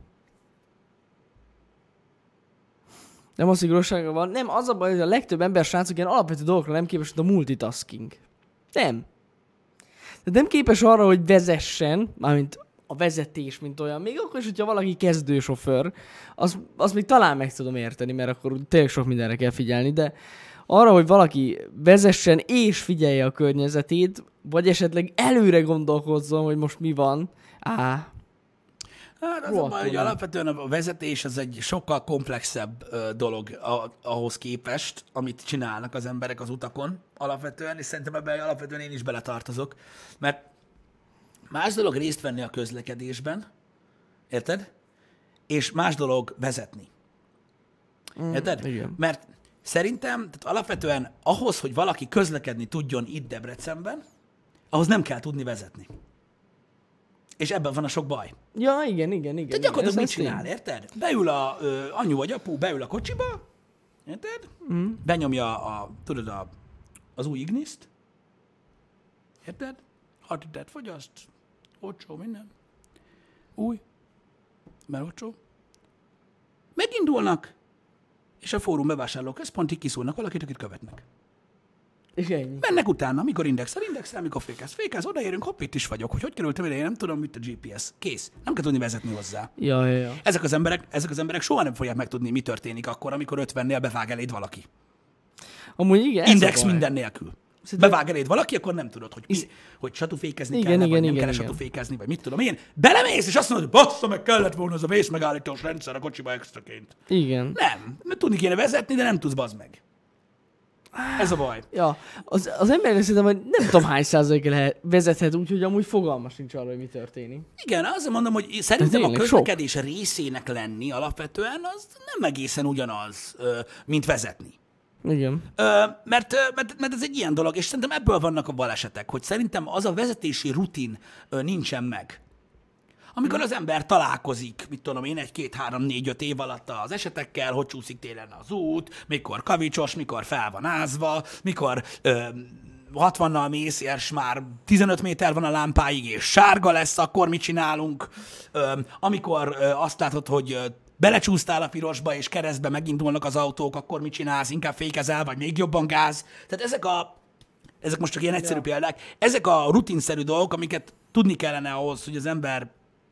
Nem a szigorúsága van. Nem, az a baj, hogy a legtöbb ember srácok ilyen alapvető dolgokra nem képes, mint a multitasking. Nem. De nem képes arra, hogy vezessen, mármint a vezetés, mint olyan. Még akkor is, hogyha valaki kezdősofőr, az még talán meg tudom érteni, mert akkor tényleg sok mindenre kell figyelni, de arra, hogy valaki vezessen és figyelje a környezetét, vagy esetleg előre gondolkozzon, hogy most mi van. Hát az a baj, hogy alapvetően a vezetés az egy sokkal komplexebb dolog ahhoz képest, amit csinálnak az emberek az utakon alapvetően, és szerintem ebben alapvetően én is beletartozok, mert más dolog részt venni a közlekedésben, érted? És más dolog vezetni. Érted? Igen. Mert szerintem, tehát alapvetően ahhoz, hogy valaki közlekedni tudjon itt Debrecenben, ahhoz nem kell tudni vezetni. És ebben van a sok baj. Ja, igen. Tehát gyakorlatilag mit csinál, érted? Beül anyu vagy apu, beül a kocsiba, érted? Benyomja az új Igniszt, érted? 6 litert fogyaszt, olcsó minden. Új, mert olcsó. Megindulnak, és a fórum bevásárlóközpontig kiszúrnak valakit, akit követnek. És ennyi. Mennek utána, mikor indexel, mikor fékez, odaérünk, hopp, itt is vagyok, hogy kerültem ide, én nem tudom, mit a GPS. Kész. Nem kell tudni vezetni hozzá. Ja. Ezek az emberek soha nem fogják megtudni, mi történik akkor, amikor 50-nél bevág eléd valaki. Amúgy igen, Index minden nélkül. Bevág eléd valaki, akkor nem tudod, hogy satufékezni kell, vagy nem kell satufékezni, vagy mit tudom én. Belemész, és azt mondod, hogy bassza, meg kellett volna az a vészmegállítós rendszer a kocsiba extraként. Igen. Nem. Tudni kéne vezetni, de nem tudsz, bazd meg. Ez a baj. Ja, az embernek szerintem, hogy nem tudom hány százalékra vezethet úgy, hogy amúgy fogalma sincs arra, hogy mi történik. Igen, azért mondom, hogy szerintem a közlekedés részének lenni alapvetően az nem egészen ugyanaz, mint vezetni. Igen. Mert ez egy ilyen dolog, és szerintem ebből vannak a balesetek, hogy szerintem az a vezetési rutin nincsen meg. Amikor az ember találkozik, mit tudom én, 1, 2, 3, 4, 5 év alatt az esetekkel, hogy csúszik télen az út, mikor kavicsos, mikor fel van ázva, mikor 60-nal mész, és már 15 méter van a lámpáig, és sárga lesz, akkor mit csinálunk? Amikor azt látod, hogy belecsúsztál a pirosba, és keresztbe megindulnak az autók, akkor mit csinálsz? Inkább fékezel, vagy még jobban gáz? Tehát ezek most csak ilyen egyszerű példák. Ezek a rutinszerű dolgok, amiket tudni kellene ahhoz, hogy az ember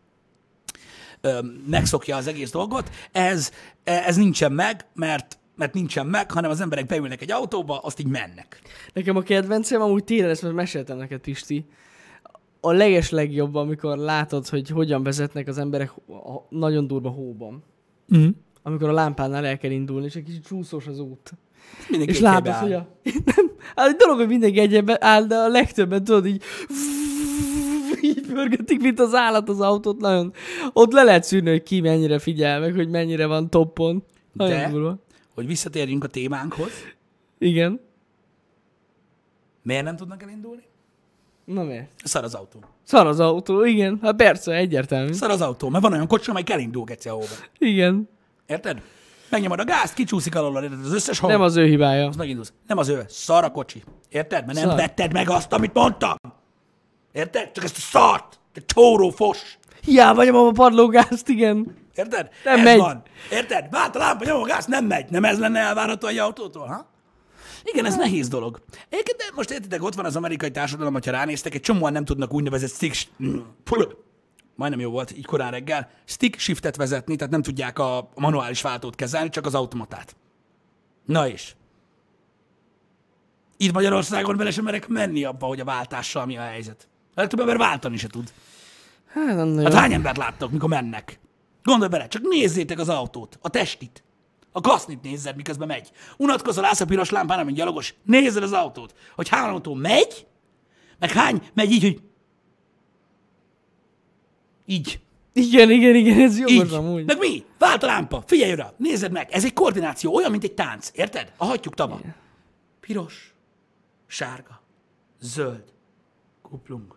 megszokja az egész dolgot. Ez nincsen meg, mert nincsen meg, hanem az emberek beülnek egy autóba, azt így mennek. Nekem a kedvencem, amúgy télen ezt, mert meséltem neked, Pisti, a legeslegjobb, amikor látod, hogy hogyan vezetnek az emberek a nagyon durva hóban. Amikor a lámpánál el kell indulni, és egy kicsit csúszós az út. Mindenki és látod, hogy hát egy dolog, hogy mindenki egyébben áll, de a legtöbben tudod így így pörgetik, mint az állat az autót. Nagyon. Ott le lehet szűrni, hogy ki mennyire figyel meg, hogy mennyire van toppon. De, hogy visszatérjünk a témánkhoz. Igen. Miért nem tudnak elindulni? Na miért? Szar az autó. Szar az autó, igen. Hát persze, egyértelmű. Szar az autó, mert van olyan kocsi, amely elindul egyszer hóba. Igen. Érted? megnyomod a gázt, kicsúszik alól, érted? Az összes hang. Nem az ő hibája. Az megindulsz. Nem az ő. Szar a kocsi. Érted? Mert nem Szar. vetted meg azt, amit mondtam. Érted? Csak ezt a szart. Te csóró fos. Hiába nyomom a padlógázt, igen. Érted? Nem Ez megy. van. Érted? Vált a lámpa, nyomom a gázt, nem megy. Nem ez lenne elvárható egy autótól, ha? Igen, ez nehéz dolog. Egyébként de most értitek, ott van az amerikai társadalom, hogyha ránéztek, egy csomóan nem tudnak úgynevezett majdnem jó volt, így korán reggel, stick shiftet vezetni, tehát nem tudják a manuális váltót kezelni, csak az automatát. Na és? Itt Magyarországon bele sem merek menni abba, hogy a váltással mi a helyzet. A legtöbb ember váltani se tud. Hát nem Hát hány embert láttok, mikor mennek? Gondolj bele, csak nézzétek az autót, a testit. A gasznit nézzed, miközben megy. Unatkozol, állsz a piros lámpán, mint gyalogos, nézed az autót, hogy hány autó megy, meg hány megy így, hogy így. Igen, ez jogos Így. amúgy. Meg mi? Vált a lámpa. Figyelj oda. Nézed meg. Ez egy koordináció. Olyan, mint egy tánc. Érted? A hattyúk tava. Piros. Sárga. Zöld. Kuplung.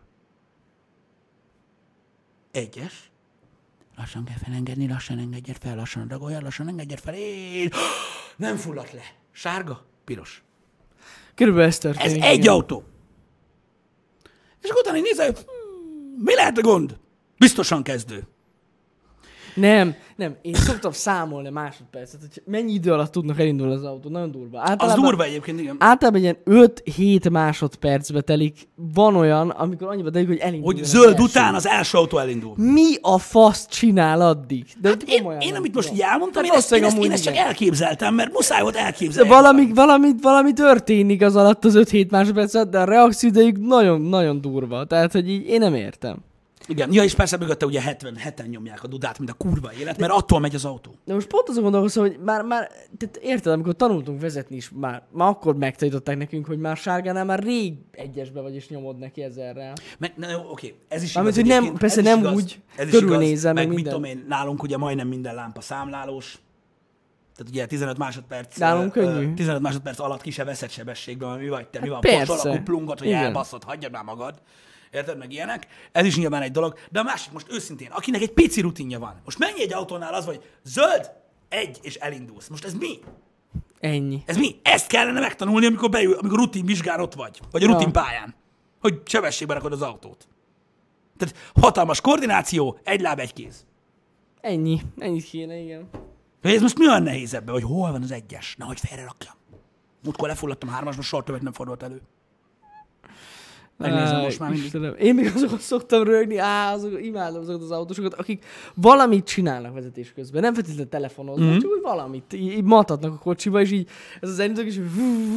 Egyes. Lassan kell felengedni, lassan engedjed fel, lassan dagoljad, lassan engedjed fel. Nem fulladt le. Sárga. Piros. Körülbelül ez Ez történik. egy igen. autó. És akkor utána így nézel, hogy mi lehet a gond? Biztosan kezdő. Nem. Én szoktam számolni másodpercet, hogy mennyi idő alatt tudnak elindulni az autó. Nagyon durva. Az durva egyébként, igen. Általában ilyen 5-7 másodpercbe telik. Van olyan, amikor annyiba telik, hogy elindul. Hogy zöld után az első autó elindul. Mi a fasz csinál addig? De Hát komolyan én nem amit most tudom. így elmondtam, Hát én ezt valószínűleg én ezt amúgy csak igen. elképzeltem, mert muszáj volt De elképzelni. valami történik az alatt az 5-7 másodpercet, de a reakcióidejük nagyon durva. Tehát, hogy így én nem értem. Igen, ja, és persze mögötte ugye 70 nyomják a dudát, mint a kurva élet, mert attól megy az autó. De most pont azon gondolkozom, hogy már tehát érted, amikor tanultunk vezetni is, már akkor megtanították nekünk, hogy már sárgánál már rég egyesbe vagy, és nyomod neki ezerrel. Na jó, oké, ez is Mármint, igaz hogy nem- egyébként, persze ez is nem igaz, úgy ez is körülnézel, igaz, meg mit minden. tudom én, nálunk ugye majdnem minden lámpa számlálós, tehát ugye 15 másodperc, Nálunk könnyű. 15 másodperc alatt ki se veszed sebességben, mi vagy te, mi van, persze. postol a kuplungot, hogy Igen. elbasszod, hagyjad már magad. Érted, meg ilyenek. Ez is nyilván egy dolog. De a másik most őszintén, akinek egy pici rutinja van. Most mennyi egy autónál az, hogy zöld, egy, és elindulsz. Most ez mi? Ennyi. Ez mi? Ezt kellene megtanulni, amikor beül, amikor rutin vizsgán ott vagy. Vagy a rutin pályán. Hogy sebességbe rakod az autót. Tehát hatalmas koordináció, egy láb, egy kéz. Ennyit kéne, igen. Hogy ez most mi olyan nehéz ebben, hogy hol van az egyes? Na, hogy félrerakjam. Múltkor lefulladtam hármasba, soha többet nem fordult elő. Megnézem most már mindig. Istenem. Én még azokat szoktam rögni, imádom azokat az autósokat, akik valamit csinálnak vezetés közben. Nem feltétlenül telefonoznak, csak úgy valamit. Így matatnak a kocsiba, és így ez az elindulok, és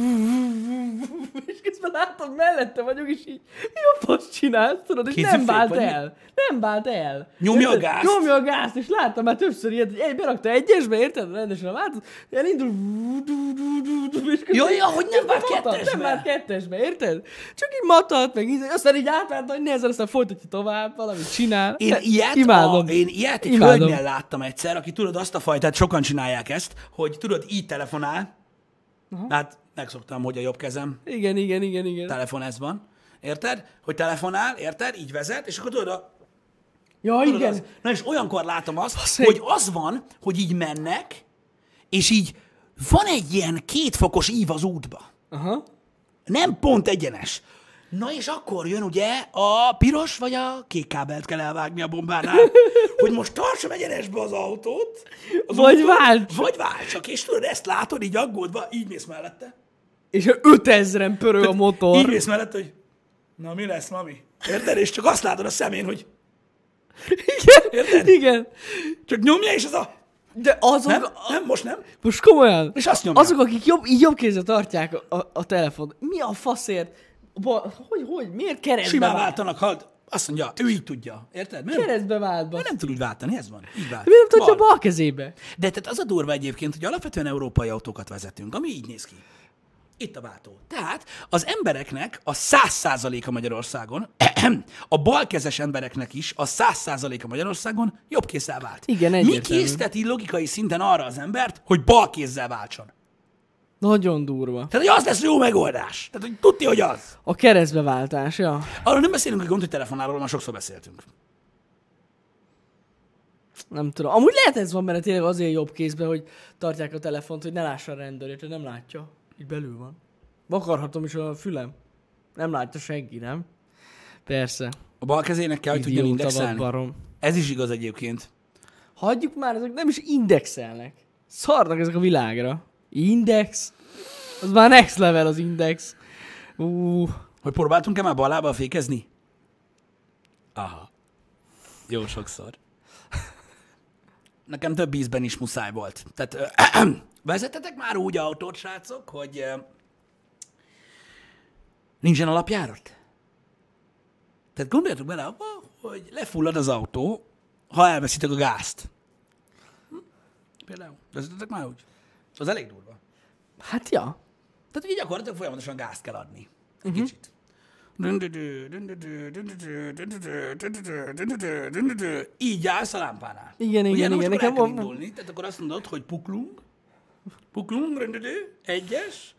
és közben látom, mellette vagyok, és így mi a fasz csinálsz, tudod, és Kézifék nem vált vagy mi? el. Nem vált el. Nyomja a Érted? gázt. Nyomja a gázt, és láttam már többször ilyet, hogy berakta egyesbe, érted? Rendesen a váltót, elindul, és közben Jó, hogy nem vált matat, kettesbe. Nem vált kettesbe, érted? Csak így matat, meg így, aztán így átvált nagy nehezen, aztán folytatja tovább, valamit csinál. Én ilyet, Imádom. én ilyet egy Imádom. hölgynél láttam egyszer, aki tudod azt a fajtát, sokan csinálják ezt, hogy tudod, így telefonál. Hát megszoktam, hogy a jobb kezem Igen. telefon ez van. Érted? Hogy telefonál, érted? Így vezet, és akkor tudod, Ja, tudod igen. az. Na és olyankor látom azt, Faszeg. hogy az van, hogy így mennek, és így van egy ilyen 2 fokos ív az útba. Aha. Nem pont egyenes. Na és akkor jön ugye a piros vagy a kék kábelt kell elvágni a bombánál, hogy most tartsam egyenesbe az autót, Vagy válts. Vagy váltsak, és tudod, ezt látod így aggódva, így mész mellette. És 5000-en pörög a Így motor. mész mellette, hogy na mi lesz, mami? Érted? És csak azt látod a szemén, hogy Érted? Igen. csak nyomja, és az a... De azok, Nem, most nem. most komolyan, És azt nyomja. azok, akik így jobb kézzel tartják a telefont, mi a faszért? Hogy? Miért keresztbe Simán vált? váltanak, halt. Azt mondja, ő így tudja. Érted? Mert Keresztbe vált, basz. nem tud úgy váltani, ez van. Így vált. Miért nem tudja a Bal. bal kezébe? De tehát az a durva egyébként, hogy alapvetően európai autókat vezetünk, ami így néz ki. Itt a váltó. Tehát az embereknek a 100%-a Magyarországon, a balkezes embereknek is a 100%-a Magyarországon jobb kézzel vált. Igen, Mi egyértelmű. készteti logikai szinten arra az embert, hogy bal kézzel váltson? Nagyon durva. Tehát, hogy az lesz a jó megoldás. Tehát, hogy tudti, hogy az. A keresztbeváltás, ja. Arról nem beszélünk, hogy gond, hogy telefonálról már sokszor beszéltünk. Nem tudom. Amúgy lehet ez van, mert tényleg azért jobb kézben, hogy tartják a telefont, hogy ne lássa a rendőr, hogy nem látja. Így belül van. Vakarhatom is a fülem. Nem látja senki, nem? Persze. A bal kezének kell, hogy tudjon Idióta indexelni. barom. Ez is igaz egyébként. Hagyjuk már, ezek nem is indexelnek. Szarnak ezek a világra. Index? Az már next level az index. Hogy próbáltunk-e már bal lábbal fékezni? Aha. Jó sokszor. Nekem több ízben is muszáj volt. Tehát vezetetek már úgy autót, srácok, hogy nincsen alapjárat? Tehát gondoljatok bele abba, hogy lefullad az autó, ha elveszitek a gázt. Például. Vezetetek már úgy? Az elég durva. Hát ja. Tehát ugye gyakorlatilag folyamatosan gázt kell adni. Egy kicsit. Így állsz a lámpánál. Igen. Nekem Nekem van. van. Indulni, tehát akkor azt mondod, hogy puklung, egyes,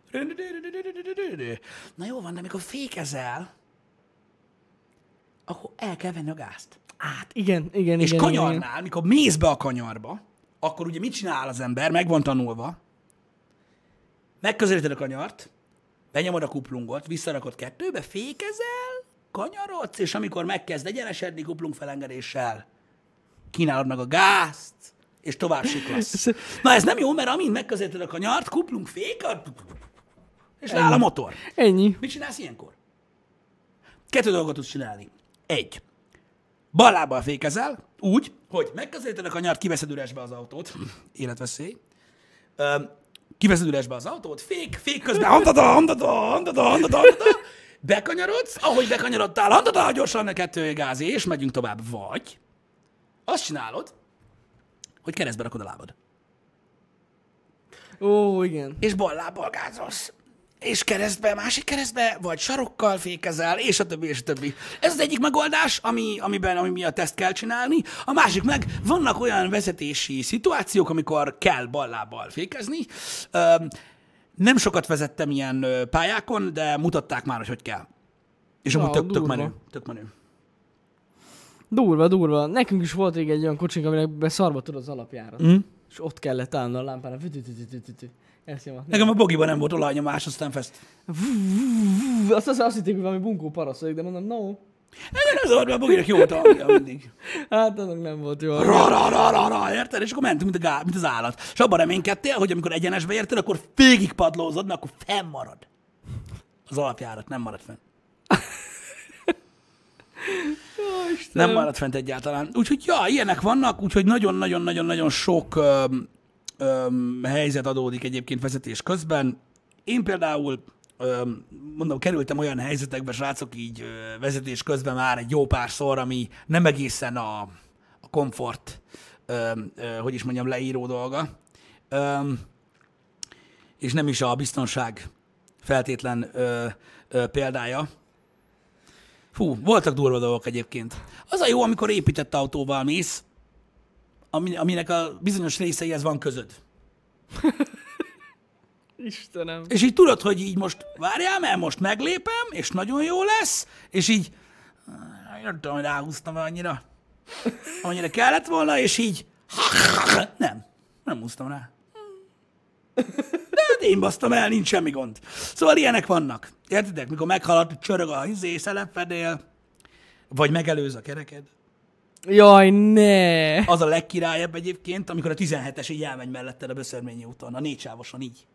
na jó van, de amikor fékezel, akkor el kell venni a gázt. Igen. És kanyarnál, mikor mész be a kanyarba, akkor ugye mit csinál az ember? Meg van tanulva. Megközelíted a kanyart, benyomod a kuplungot, visszarakod kettőbe, fékezel, kanyarodsz, és amikor megkezd egyenesedni kuplungfelengedéssel, kínálod meg a gázt, és tovább siklasz. Na ez nem jó, mert amint megközelíted a kanyart, kuplung fékad, és leáll a motor. Ennyi. Mit csinálsz ilyenkor? 2 dolgot tudsz csinálni. 1. Bal lábbal fékezel, úgy, hogy megközelíted a kanyart, kiveszed üresbe az autót, életveszély, kiveszed üresbe az autót, fék közben, handada, bekanyarodsz, ahogy bekanyarodtál, handada, gyorsan, 2 gáz, és megyünk tovább. Vagy azt csinálod, hogy keresztbe rakod a lábad. Ó, igen. És bal lábbal gázolsz. És keresztbe, másik keresztbe, vagy sarokkal fékezel, és a többi, és a többi. Ez az egyik megoldás, ami miatt ezt kell csinálni. A másik meg, vannak olyan vezetési szituációk, amikor kell bal lábbal fékezni. Nem sokat vezettem ilyen pályákon, de mutatták már, hogy kell. És amúgy tök menő. Tök menő. Durva. Nekünk is volt egy olyan kocsink, aminek szarba tudod az alapjárat. És ott kellett állni a lámpára. Nekem a bogiban nem volt olajnyomás, aztán fest. Azt hitték, hogy valami bunkó parasz vagyok, de mondom, no. Nem zavart, mert a boginak jó volt a hangja mindig. Hát annak nem volt jó. Ra, érted? És akkor mentünk, mint az állat. És abban reménykedtél, hogy amikor egyenesbe érted, akkor végig padlózod, mert akkor fennmarad. Az alapjárat nem marad fenn. Nem marad fent egyáltalán. Úgyhogy ja, ilyenek vannak, úgyhogy nagyon-nagyon-nagyon sok helyzet adódik egyébként vezetés közben. Én például, mondom, kerültem olyan helyzetekbe, srácok, így vezetés közben már egy jó párszor, ami nem egészen a komfort, hogy is mondjam, leíró dolga, és nem is a biztonság feltétlen példája. Fú, voltak durva dolgok egyébként. Az a jó, amikor épített autóval mész, aminek a bizonyos részeihez van közöd. Istenem. És így tudod, hogy így most várjál, mert most meglépem, és nagyon jó lesz, és így nem tudom, hogy ráhúztam annyira, amennyire kellett volna, és így nem húztam rá. De hát én basztam el, nincs semmi gond. Szóval ilyenek vannak. Értitek? Mikor meghalad, csörög a szelepfedél, vagy megelőz a kereked. Jaj, ne! Az a legkirályabb egyébként, amikor a 17-es így elmegy melletted a Böszörményi úton, a 4 sávoson így.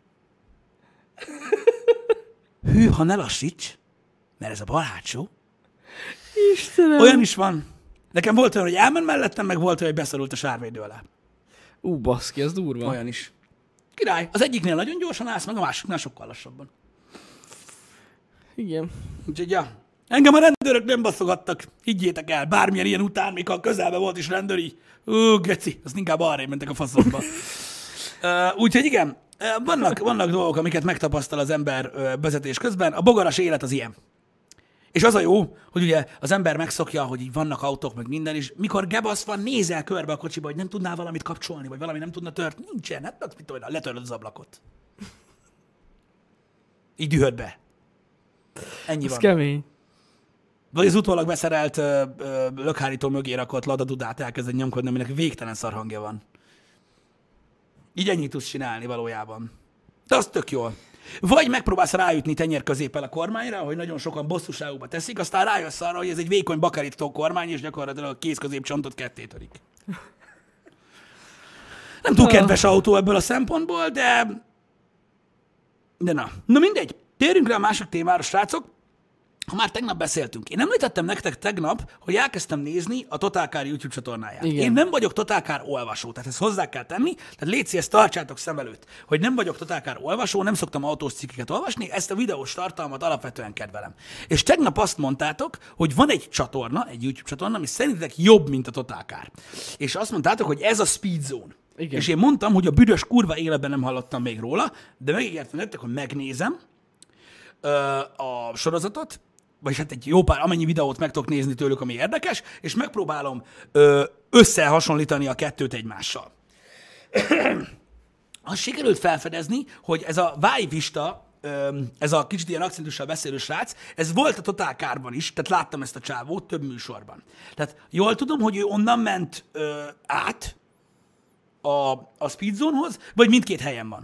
Hű, ha ne lassíts, mert ez a bal hátsó. Istenem! Olyan is van. Nekem volt olyan, hogy elment mellettem, meg volt olyan, hogy beszorult a sárvédő alá. Baszki, ez durva. Olyan is. Király. Az egyiknél nagyon gyorsan állsz, meg a másiknál sokkal lassabban. Igen. Úgyhogy, ja. Engem a rendőrök nem baszogattak. Higgyétek el, bármilyen ilyen után, mikor közelben volt is rendőri. Geci, azt inkább arra mentek a faszomba. Úgyhogy igen, vannak dolgok, amiket megtapasztal az ember vezetés közben. A bogaras élet az ilyen. És az a jó, hogy ugye az ember megszokja, hogy így vannak autók, meg minden, és mikor gebasz van, nézel körbe a kocsiba, hogy nem tudnál valamit kapcsolni, vagy valami nem tudna tört. Nincsen, hát mit tudom, letöröd az ablakot. Így dühöd be. Ennyi ez van. kemény. Vagy az utólag beszerelt lökhárító mögé rakott ladadudát elkezded nyomkodni, aminek végtelen szarhangja van. Így ennyit tudsz csinálni valójában. De az tök jól. Vagy megpróbálsz ráütni tenyér középpel a kormányra, hogy nagyon sokan bosszúságukba teszik, aztán rájössz arra, hogy ez egy vékony bakarító kormány, és gyakorlatilag a kéz középcsontot ketté törik. Nem túl kedves autó ebből a szempontból, de na. Na mindegy. Térjünk rá a másik témára, srácok. Ha már tegnap beszéltünk. Én említettem nektek tegnap, hogy elkezdtem nézni a Total Car YouTube csatornáját. Igen. Én nem vagyok Total Car olvasó, tehát ezt hozzá kell tenni, tehát légy ezt tartsátok szem előtt, hogy nem vagyok Total Car olvasó, nem szoktam autós cikkeket olvasni, ezt a videós tartalmat alapvetően kedvelem. És tegnap azt mondtátok, hogy van egy csatorna, egy YouTube csatorna, ami szerintetek jobb, mint a Total Car. És azt mondtátok, hogy ez a Speed Zone. Igen. És én mondtam, hogy a büdös kurva életben nem hallottam még róla, de megígértem nektek, hogy megnézem a sorozatot, vagyis hát egy jó pár, amennyi videót meg tudok nézni tőlük, ami érdekes, és megpróbálom összehasonlítani a kettőt egymással. Azt sikerült felfedezni, hogy ez a Vájvista, ez a kicsit ilyen akcentussal beszélő srác, ez volt a Total Car-ban is, tehát láttam ezt a csávót több műsorban. Tehát jól tudom, hogy ő onnan ment át a Speed Zone-hoz, vagy mindkét helyen van.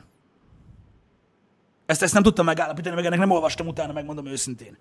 Ezt nem tudtam megállapítani, meg ennek nem olvastam utána, megmondom őszintén.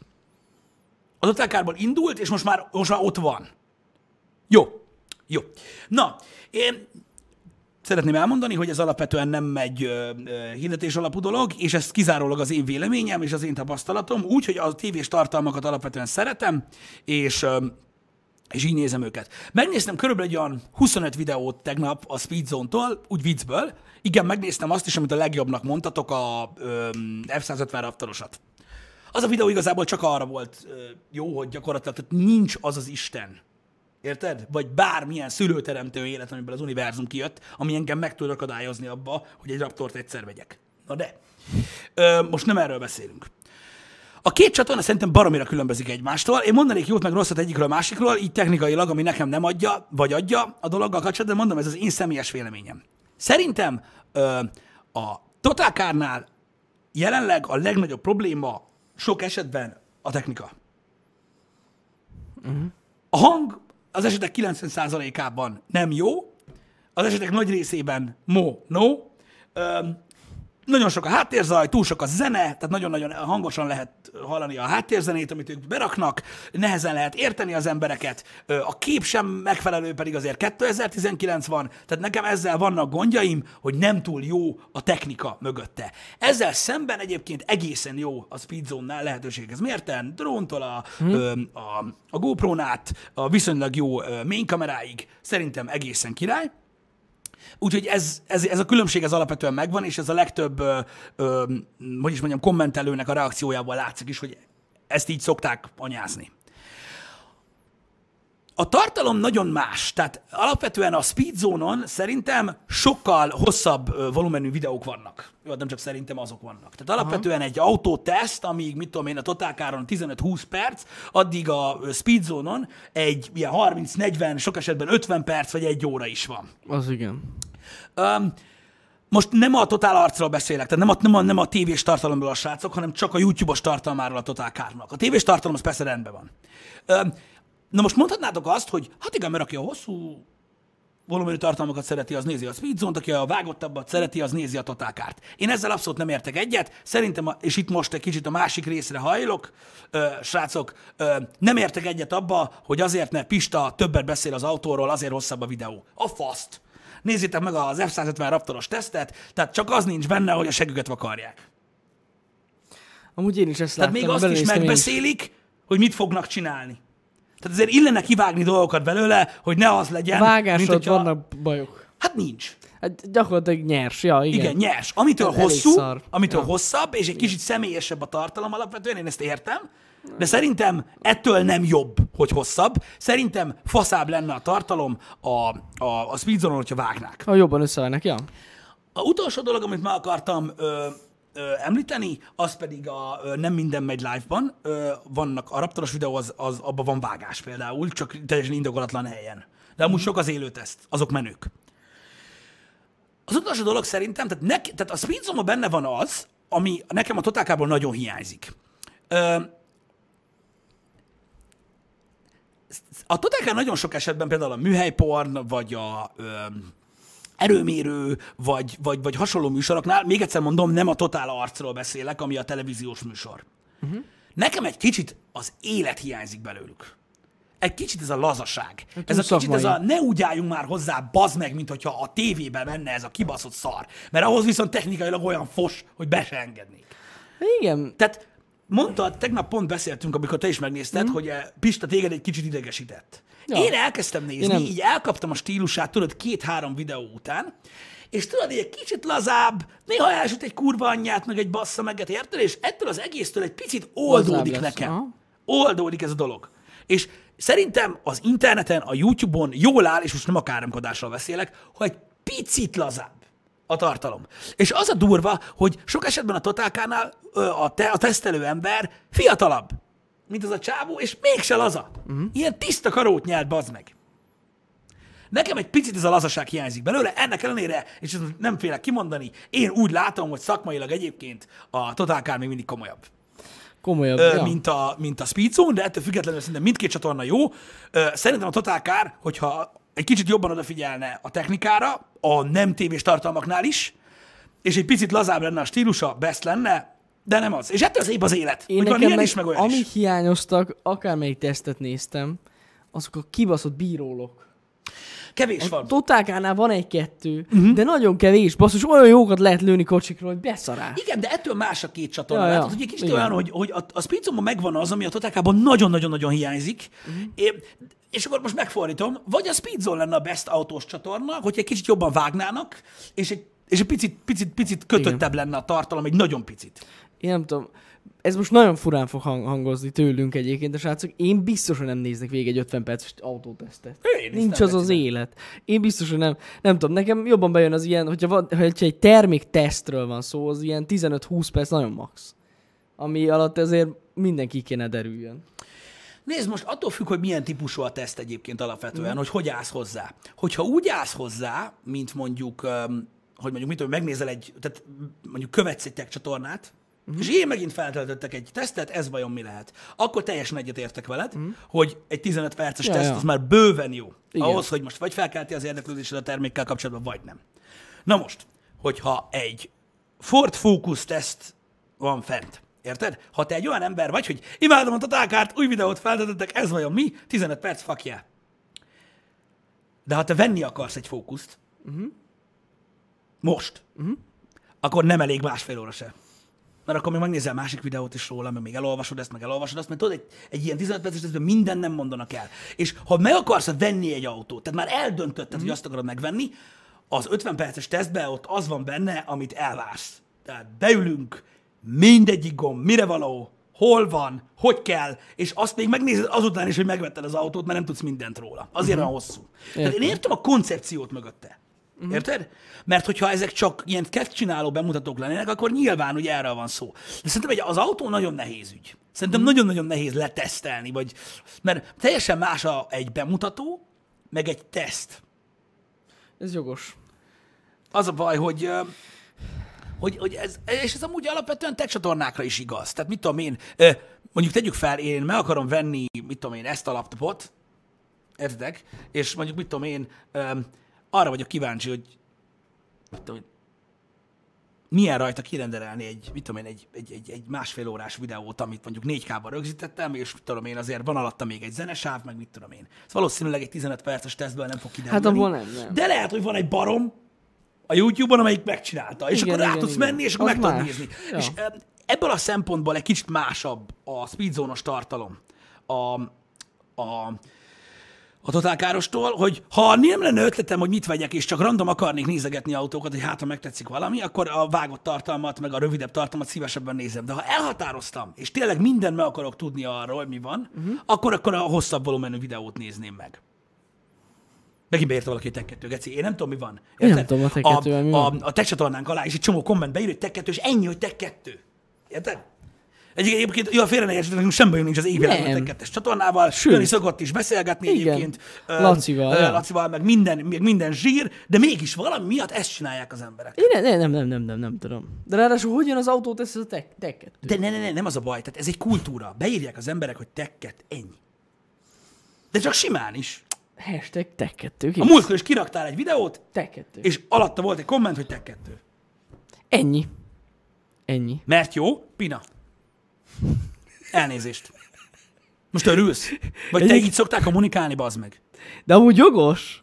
Az Total Car-ból indult, és most már ott van. Jó. Na, én szeretném elmondani, hogy ez alapvetően nem egy hirdetés alapú dolog, és ez kizárólag az én véleményem és az én tapasztalatom, úgyhogy a tévés tartalmakat alapvetően szeretem, és így nézem őket. Megnéztem körülbelül egy olyan 25 videót tegnap a Speed Zone-tól, úgy viccből. Igen, megnéztem azt is, amit a legjobbnak mondtatok, a F-150 Raptorosat. Az a videó igazából csak arra volt jó, hogy gyakorlatilag tehát nincs az az Isten. Érted? Vagy bármilyen szülőteremtő élet, amiből az univerzum kijött, ami engem meg tud akadályozni abba, hogy egy Raptort egyszer vegyek. Na de, most nem erről beszélünk. A két csatorna szerintem baromira különbözik egymástól. Én mondanék jót meg rosszat egyikről a másikról, így technikailag, ami nekem nem adja, vagy adja a dologgal kapcsolatban, de mondom, ez az én személyes véleményem. Szerintem a Total Car-nál jelenleg a legnagyobb probléma sok esetben a technika. Uh-huh. A hang az esetek 90%-ában nem jó, az esetek nagy részében no. Nagyon sok a háttérzaj, túl sok a zene, tehát nagyon-nagyon hangosan lehet hallani a háttérzenét, amit ők beraknak, nehezen lehet érteni az embereket, a kép sem megfelelő, pedig azért 2019 van, tehát nekem ezzel vannak gondjaim, hogy nem túl jó a technika mögötte. Ezzel szemben egyébként egészen jó a Speed Zone-nál lehetőséghez mérten, dróntól a GoPro-n át, a viszonylag jó main kameráig szerintem egészen király. Úgyhogy ez a különbség ez alapvetően megvan, és ez a legtöbb, hogy is mondjam, kommentelőnek a reakciójában látszik is, hogy ezt így szokták anyázni. A tartalom nagyon más, tehát alapvetően a Speed Zone-on szerintem sokkal hosszabb volumenű videók vannak. Jó, nem csak szerintem azok vannak. Tehát alapvetően egy autóteszt, amíg, mit tudom én, a Total Car-on 15-20 perc, addig a Speed Zone-on egy ilyen 30-40, sok esetben 50 perc vagy 1 óra is van. Az igen. Most nem a Total Arcról beszélek, tehát nem a tévés tartalomról a srácok, hanem csak a YouTube-os tartalmáról a Total Car-nak. A tévés tartalom az persze rendben van. Na most mondhatnátok azt, hogy hát igen, mert aki a hosszú volumenű tartalmakat szereti, az nézi a Speed Zone-t, aki a vágottabbat szereti, az nézi a Total Car-t. Én ezzel abszolút nem értek egyet, szerintem, és itt most egy kicsit a másik részre hajlok, srácok, nem értek egyet abba, hogy azért, mert Pista többet beszél az autóról, azért hosszabb a videó. A faszt! Nézzétek meg az F-150 Raptoros tesztet, tehát csak az nincs benne, hogy a següket vakarják. Amúgy én is ezt láttam. Tehát még azt is megbeszélik, hogy mit fognak csinálni. Tehát azért illene kivágni dolgokat belőle, hogy ne az legyen, vágásod mint vannak bajok. Hát nincs. Hát gyakorlatilag nyers, ja, igen. Igen, nyers. Amitől hosszú, amitől hosszabb, és egy kicsit személyesebb a tartalom alapvetően, én ezt értem, de szerintem ettől nem jobb, hogy hosszabb. Szerintem faszább lenne a tartalom a Speed Zone-on, hogyha vágnák. Ha jobban összevennek, ja. A utolsó dolog, amit meg akartam említeni, az pedig a nem minden megy live-ban. Vannak a Raptoros videó, az abban van vágás például, csak teljesen indokolatlan helyen. De amúgy sok az élőteszt, azok menők. Az utolsó dolog szerintem, tehát a Speed Zone-ban benne van az, ami nekem a Total Car-ból nagyon hiányzik. a Totálkán nagyon sok esetben például a műhelyporn, vagy a erőmérő, vagy hasonló műsoroknál, még egyszer mondom, nem a Totál arcról beszélek, ami a televíziós műsor. Nekem egy kicsit az élet hiányzik belőlük. Egy kicsit ez a lazaság. Ez a kicsit ez a ne úgy álljunk már hozzá, bazd meg, mint hogyha a tévében menne ez a kibaszott szar. Mert ahhoz viszont technikailag olyan fos, hogy be se engednék. Igen. Tehát mondtad, tegnap pont beszéltünk, amikor te is megnézted, hogy Pista téged egy kicsit idegesített. Ja. Én elkezdtem nézni, így elkaptam a stílusát, tudod, 2-3 videó után, és tudod, egy kicsit lazább, néha elsüt egy kurva anyját, meg egy bassza meget, érted? És ettől az egésztől egy picit oldódik nekem. Aha. Oldódik ez a dolog. És szerintem az interneten, a YouTube-on jól áll, és most nem a káromkodásról beszélek, hogy egy picit lazább a tartalom. És az a durva, hogy sok esetben a Totálkánál a tesztelő ember fiatalabb, mint az a csávó, és mégse laza. Ilyen tiszta karót nyelt, bazd meg. Nekem egy picit ez a lazaság hiányzik belőle, ennek ellenére, és ezt nem félek kimondani, én úgy látom, hogy szakmailag egyébként a Totálkán még mindig komolyabb. Ja. Mint a Speedzone, de ettől függetlenül szerintem mindkét csatorna jó. Szerintem a Totálkár, hogyha egy kicsit jobban odafigyelne a technikára, a nem tévés tartalmaknál is, és egy picit lazább lenne a stílusa, best lenne, de nem az. És ettől az épp az élet. Én hogy van ilyen is, meg olyan amik is. hiányoztak, akármelyik tesztet néztem, azok a kibaszott bírólok. Kevés van. Totálkánál van egy-kettő, de nagyon kevés. Basszus, olyan jókat lehet lőni kocsikról, hogy beszarás. Igen, de ettől más a két csatorna. Ja. Tehát ugye kicsit olyan, hogy a Speedzone-ban megvan az, ami a Totálkában nagyon-nagyon-nagyon hiányzik. És akkor most megfordítom, vagy a Speedzone lenne a best autós csatorna, hogyha egy kicsit jobban vágnának, és egy picit kötöttebb lenne a tartalom, egy nagyon picit. Én nem tudom, ez most nagyon furán fog hangozni tőlünk egyébként, de srácok, én biztos, hogy nem néznek végig egy 50 perces autótesztet. Nincs az élet. Én biztos, hogy nem. Nem tudom, nekem jobban bejön az ilyen, hogyha egy terméktesztről van szó, az ilyen 15-20 perc nagyon max. Ami alatt ezért mindenki kéne derüljön. Nézd, most attól függ, hogy milyen típusú a teszt egyébként alapvetően, hogy állsz hozzá. Hogyha úgy állsz hozzá, mint mondjuk, megnézel tehát mondjuk követsz egy tech csatornát, és én megint feltöltöttek egy tesztet, ez vajon mi lehet. Akkor teljesen egyetértek veled, hogy egy 15 perces teszt az már bőven jó. Igen. Ahhoz, hogy most vagy felkelti az érdeklődésed a termékkel kapcsolatban, vagy nem. Na most, hogyha egy Ford Focus teszt van fent, érted? Ha te egy olyan ember vagy, hogy imádom a Totálkárt, új videót feltöltöttek, ez vajon mi? 15 perc, fuck yeah. De ha te venni akarsz egy Focust, most, akkor nem elég 1,5 óra se. Mert akkor még megnézel másik videót is róla, meg még elolvasod ezt, mert tudod, egy ilyen 15 perces tesztben minden nem mondanak el. És ha meg akarsz venni egy autót, tehát már eldöntötted, hogy azt akarod megvenni, az 50 perces tesztben ott az van benne, amit elvársz. Tehát beülünk, mindegyik gomb, mire való, hol van, hogy kell, és azt még megnézed azután is, hogy megvetted az autót, mert nem tudsz mindent róla. Azért olyan hosszú. Tehát én értem a koncepciót mögötte. Érted? Mert hogyha ezek csak ilyen csináló bemutatók lennének, akkor nyilván, hogy erről van szó. De szerintem az autó nagyon nehéz ügy. Szerintem nagyon-nagyon nehéz letesztelni, mert teljesen más egy bemutató, meg egy teszt. Ez jogos. Az a baj, hogy és ez amúgy alapvetően tech csatornákra is igaz. Tehát mit tudom én, mondjuk tegyük fel, én meg akarom venni, mit tudom én, ezt a laptopot, értedek? És mondjuk mit tudom én, arra vagyok kíváncsi, hogy mit tudom én, milyen rajta kirenderelni egy 1,5 órás videót, amit mondjuk 4K-ban rögzítettem, és mit tudom én, azért van alatta még egy zenesáv, meg mit tudom én. Ez valószínűleg egy 15 perces tesztből nem fog kiderülni. Hát abból nem. De lehet, hogy van egy barom a YouTube-on, amelyik megcsinálta, és akkor rá tudsz menni, és akkor meg tudod nézni. Ja. És ebből a szempontból egy kicsit másabb a Speedzone-os tartalom a Totálkárostól, hogy ha nem lenne ötletem, hogy mit vegyek, és csak random akarnék nézegetni autókat, hogy hát, ha megtetszik valami, akkor a vágott tartalmat, meg a rövidebb tartalmat szívesebben nézem. De ha elhatároztam, és tényleg mindent meg akarok tudni arról, hogy mi van, akkor a hosszabb volumenű videót nézném meg. Megint beírta valaki Tech 2, geci. Én nem tudom, mi van. Én nem tudom, a Tech 2-vel mi van. A Tech csatornánk alá is egy csomó komment beír, hogy Tech 2, és ennyi, hogy Tech 2. Érted? Egyébként, félre ne értsetek, nekünk sem bajunk nincs az égvilágon a Tech 2-es csatornával. Jön is szokott is beszélgetni egyébként. Lacival, meg minden zsír, de mégis valami miatt ezt csinálják az emberek. Nem tudom. De ráadásul hogy jön az autót, ez a Tech 2? De nem az a baj. Tehát ez egy kultúra. Beírják az emberek, hogy Tech 2, ennyi. De csak simán is. Hashtag Tech2. A múltkor is kiraktál egy videót, Tech2. és alatta volt egy komment, hogy Tech2. Ennyi. Ennyi. Mert jó, Pina. Elnézést. Most örülsz? Vagy te így szoktál kommunikálni, bazd meg? De amúgy jogos.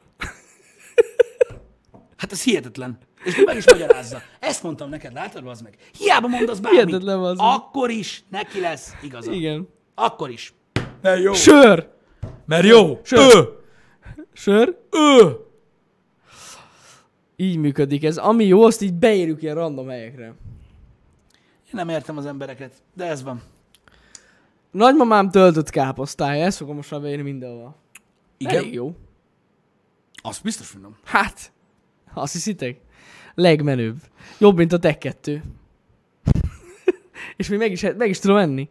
Hát ez hihetetlen. És meg is magyarázza. Ezt mondtam neked, látod, bazd meg? Hiába mondasz bármit. Hihetetlen, bazd meg. Akkor is neki lesz igaza. Igen. Akkor is. Mert jó. Sör! Mert jó. Sör? Így működik ez. Ami jó, azt így beírjuk ilyen random helyekre. Én nem értem az embereket, de ez van. Nagymamám töltött káposztája, ezt fogom most már beírni mindenhol. Igen? Elég jó. Azt biztos mondom. Hát, azt hiszitek? Legmenőbb. Jobb, mint a Tech2. És még meg is tudom enni.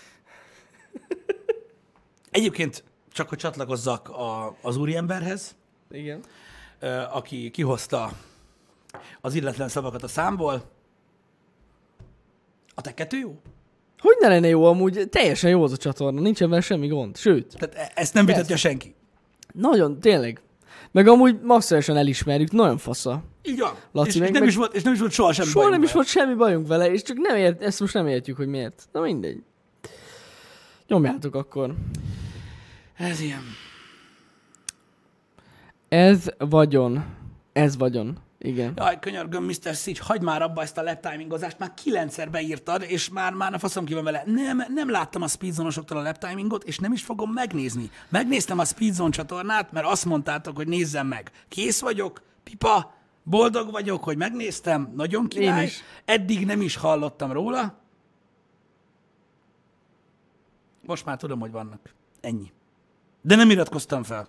Egyébként csak hogy csatlakozzak az úriemberhez, Igen. aki kihozta az illetlen szavakat a számból. A Tech2 jó? Hogy ne lenne jó amúgy? Teljesen jó az a csatorna, nincsen vele semmi gond. Sőt, Tehát ezt nem vitatja senki. nagyon, tényleg. Meg amúgy masszoresen elismerjük, nagyon fasza. Így van. Laci, és, meg- nem meg- is volt, és nem is volt soha semmi Soha bajunk nem is vele. volt semmi bajunk vele, és csak ezt most nem értjük, hogy miért. Na mindegy. Nyomjátok akkor. Ez ilyen. Ez vagyon. Igen. Jaj, könyörgöm, Mr. Szícs, hagyd már abba ezt a lap timingozást, már 9-szer beírtad, és már a faszom ki van vele. Nem láttam a speedzonosoktól a lap timingot, és nem is fogom megnézni. Megnéztem a speedzone csatornát, mert azt mondtátok, hogy nézzem meg. Kész vagyok, pipa, boldog vagyok, hogy megnéztem, nagyon király. Én is. Eddig nem is hallottam róla. Most már tudom, hogy vannak. Ennyi. De nem iratkoztam fel.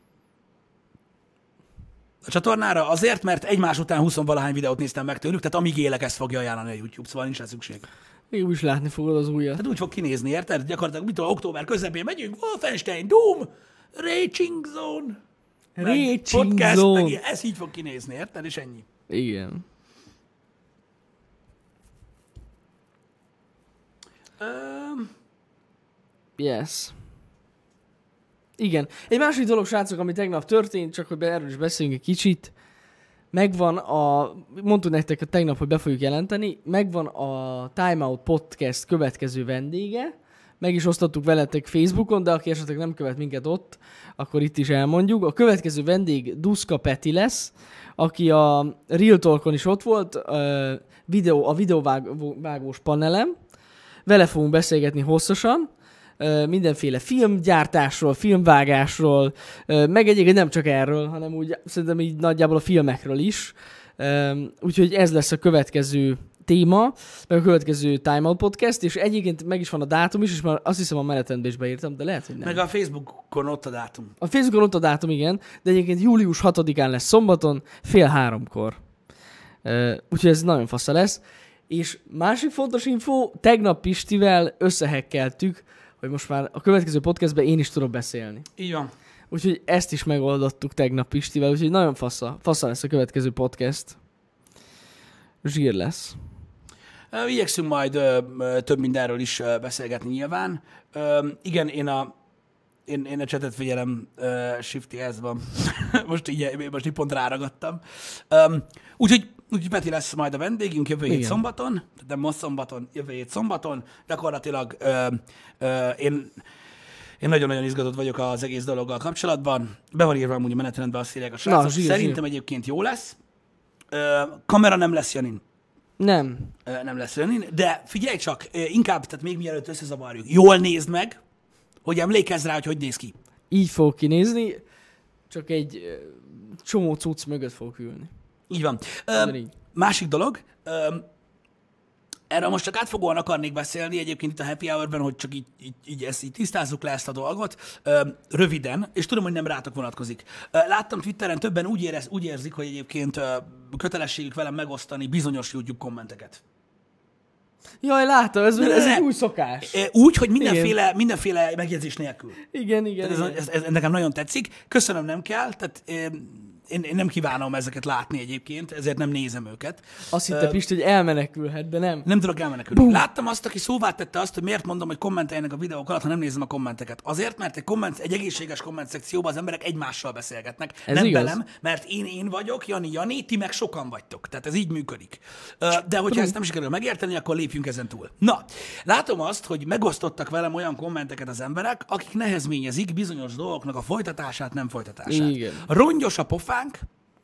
A csatornára azért, mert egymás után 20-valahány videót néztem meg tőlük, tehát amíg élek, ezt fogja ajánlani a YouTube, szóval nincs rá szükség. Még úgy is látni fogod az újat. Tehát úgy fog kinézni, érted? Gyakorlatilag mit tudom, október közepén megyünk, Wolfenstein, Doom, Raging Zone, meg Raging podcast, Zone. meg ilyen. Ez így fog kinézni, érted? És ennyi. Igen. Yes. Igen. Egy másik dolog, srácok, ami tegnap történt, csak hogy erről is beszéljünk egy kicsit. Mondtuk nektek a tegnap, hogy be fogjuk jelenteni, megvan a Time Out Podcast következő vendége, meg is osztottuk veletek Facebookon, de aki esetleg nem követ minket ott, akkor itt is elmondjuk. A következő vendég Duszka Peti lesz, aki a Real Talkon is ott volt, a videóvágós panelem. Vele fogunk beszélgetni hosszasan, mindenféle filmgyártásról, filmvágásról, meg egyébként nem csak erről, hanem úgy szerintem így nagyjából a filmekről is. Úgyhogy ez lesz a következő téma, meg a következő Time Out Podcast, és egyébként meg is van a dátum is, és már azt hiszem a menetrendbe is beírtam, de lehet, hogy nem. Meg a Facebookon ott a dátum. A Facebookon ott a dátum, igen, de egyébként július 6-án lesz szombaton, 14:30. Úgyhogy ez nagyon fasza lesz. És másik fontos info, tegnap Pistivel összehekkeltük, hogy most már a következő podcastben én is tudok beszélni. Így van. Úgyhogy ezt is megoldottuk tegnap Pistivel, úgyhogy nagyon fasza lesz a következő podcast. Zsír lesz. Igyekszünk majd több mindenről is beszélgetni nyilván. Igen, én a chatet figyelem, Shifty, ez van. most így pont ráragadtam. Úgyhogy Peti lesz majd a vendégünk jövő hét szombaton, tehát nem most szombaton, jövő hét szombaton. Gyakorlatilag én nagyon-nagyon izgatott vagyok az egész dologgal kapcsolatban. Be van írva amúgy a menetrendben, azt írják a srácok. Szerintem egyébként jó lesz. Kamera nem lesz, Janin. Nem lesz Janin, de figyelj csak, inkább, tehát még mielőtt összezavarjuk, jól nézd meg, hogy emlékezz rá, hogy néz ki. Így fog kinézni, csak egy csomó cucc mögött fog ülni. Így van. Másik dolog, erről most csak átfogóan akarnék beszélni, egyébként itt a Happy Hour-ben, hogy csak így tisztázzuk le ezt a dolgot, röviden, és tudom, hogy nem rátok vonatkozik. Láttam Twitteren, többen úgy érzik, hogy egyébként kötelességük velem megosztani bizonyos YouTube kommenteket. Jaj, láttam, ez egy új szokás. Úgy, hogy mindenféle megjegyzés nélkül. Igen. Ez nekem nagyon tetszik. Köszönöm, nem kell. Tehát én nem kívánom ezeket látni egyébként, ezért nem nézem őket. Azt hitte Pisti, hogy elmenekülhet, de nem. Nem tudok elmenekülni. Bum. Láttam azt, aki szóvá tette azt, hogy miért mondom, hogy kommenteljenek a videók alatt, ha nem nézem a kommenteket. Azért, mert egy egészséges komment szekcióban az emberek egymással beszélgetnek. Ez nem igaz. velem, mert én vagyok, Jani, ti meg sokan vagytok. Tehát ez így működik. De hogyha ezt nem sikerül megérteni, akkor lépjünk ezen túl. Na, látom azt, hogy megosztottak velem olyan kommenteket az emberek, akik nehezményezik bizonyos dolgoknak a folytatását, nem folytatását. Igen. Rongyos a pofánk,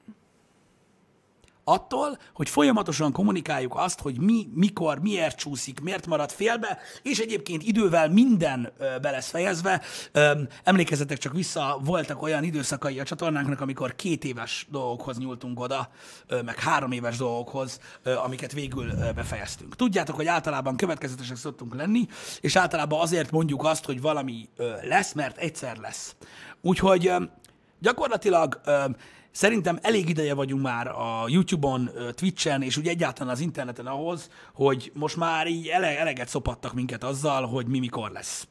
attól, hogy folyamatosan kommunikáljuk azt, hogy mi, mikor, miért csúszik, miért marad félbe, és egyébként idővel minden be lesz fejezve. Emlékezzetek csak vissza, voltak olyan időszakai a csatornánknak, amikor 2 éves dolgokhoz nyúltunk oda, meg 3 éves dolgokhoz, amiket végül befejeztünk. Tudjátok, hogy általában következetesek szoktunk lenni, és általában azért mondjuk azt, hogy valami lesz, mert egyszer lesz. Úgyhogy gyakorlatilag szerintem elég ideje vagyunk már a YouTube-on, Twitch-en, és úgy egyáltalán az interneten ahhoz, hogy most már így eleget szopattak minket azzal, hogy mi mikor lesz.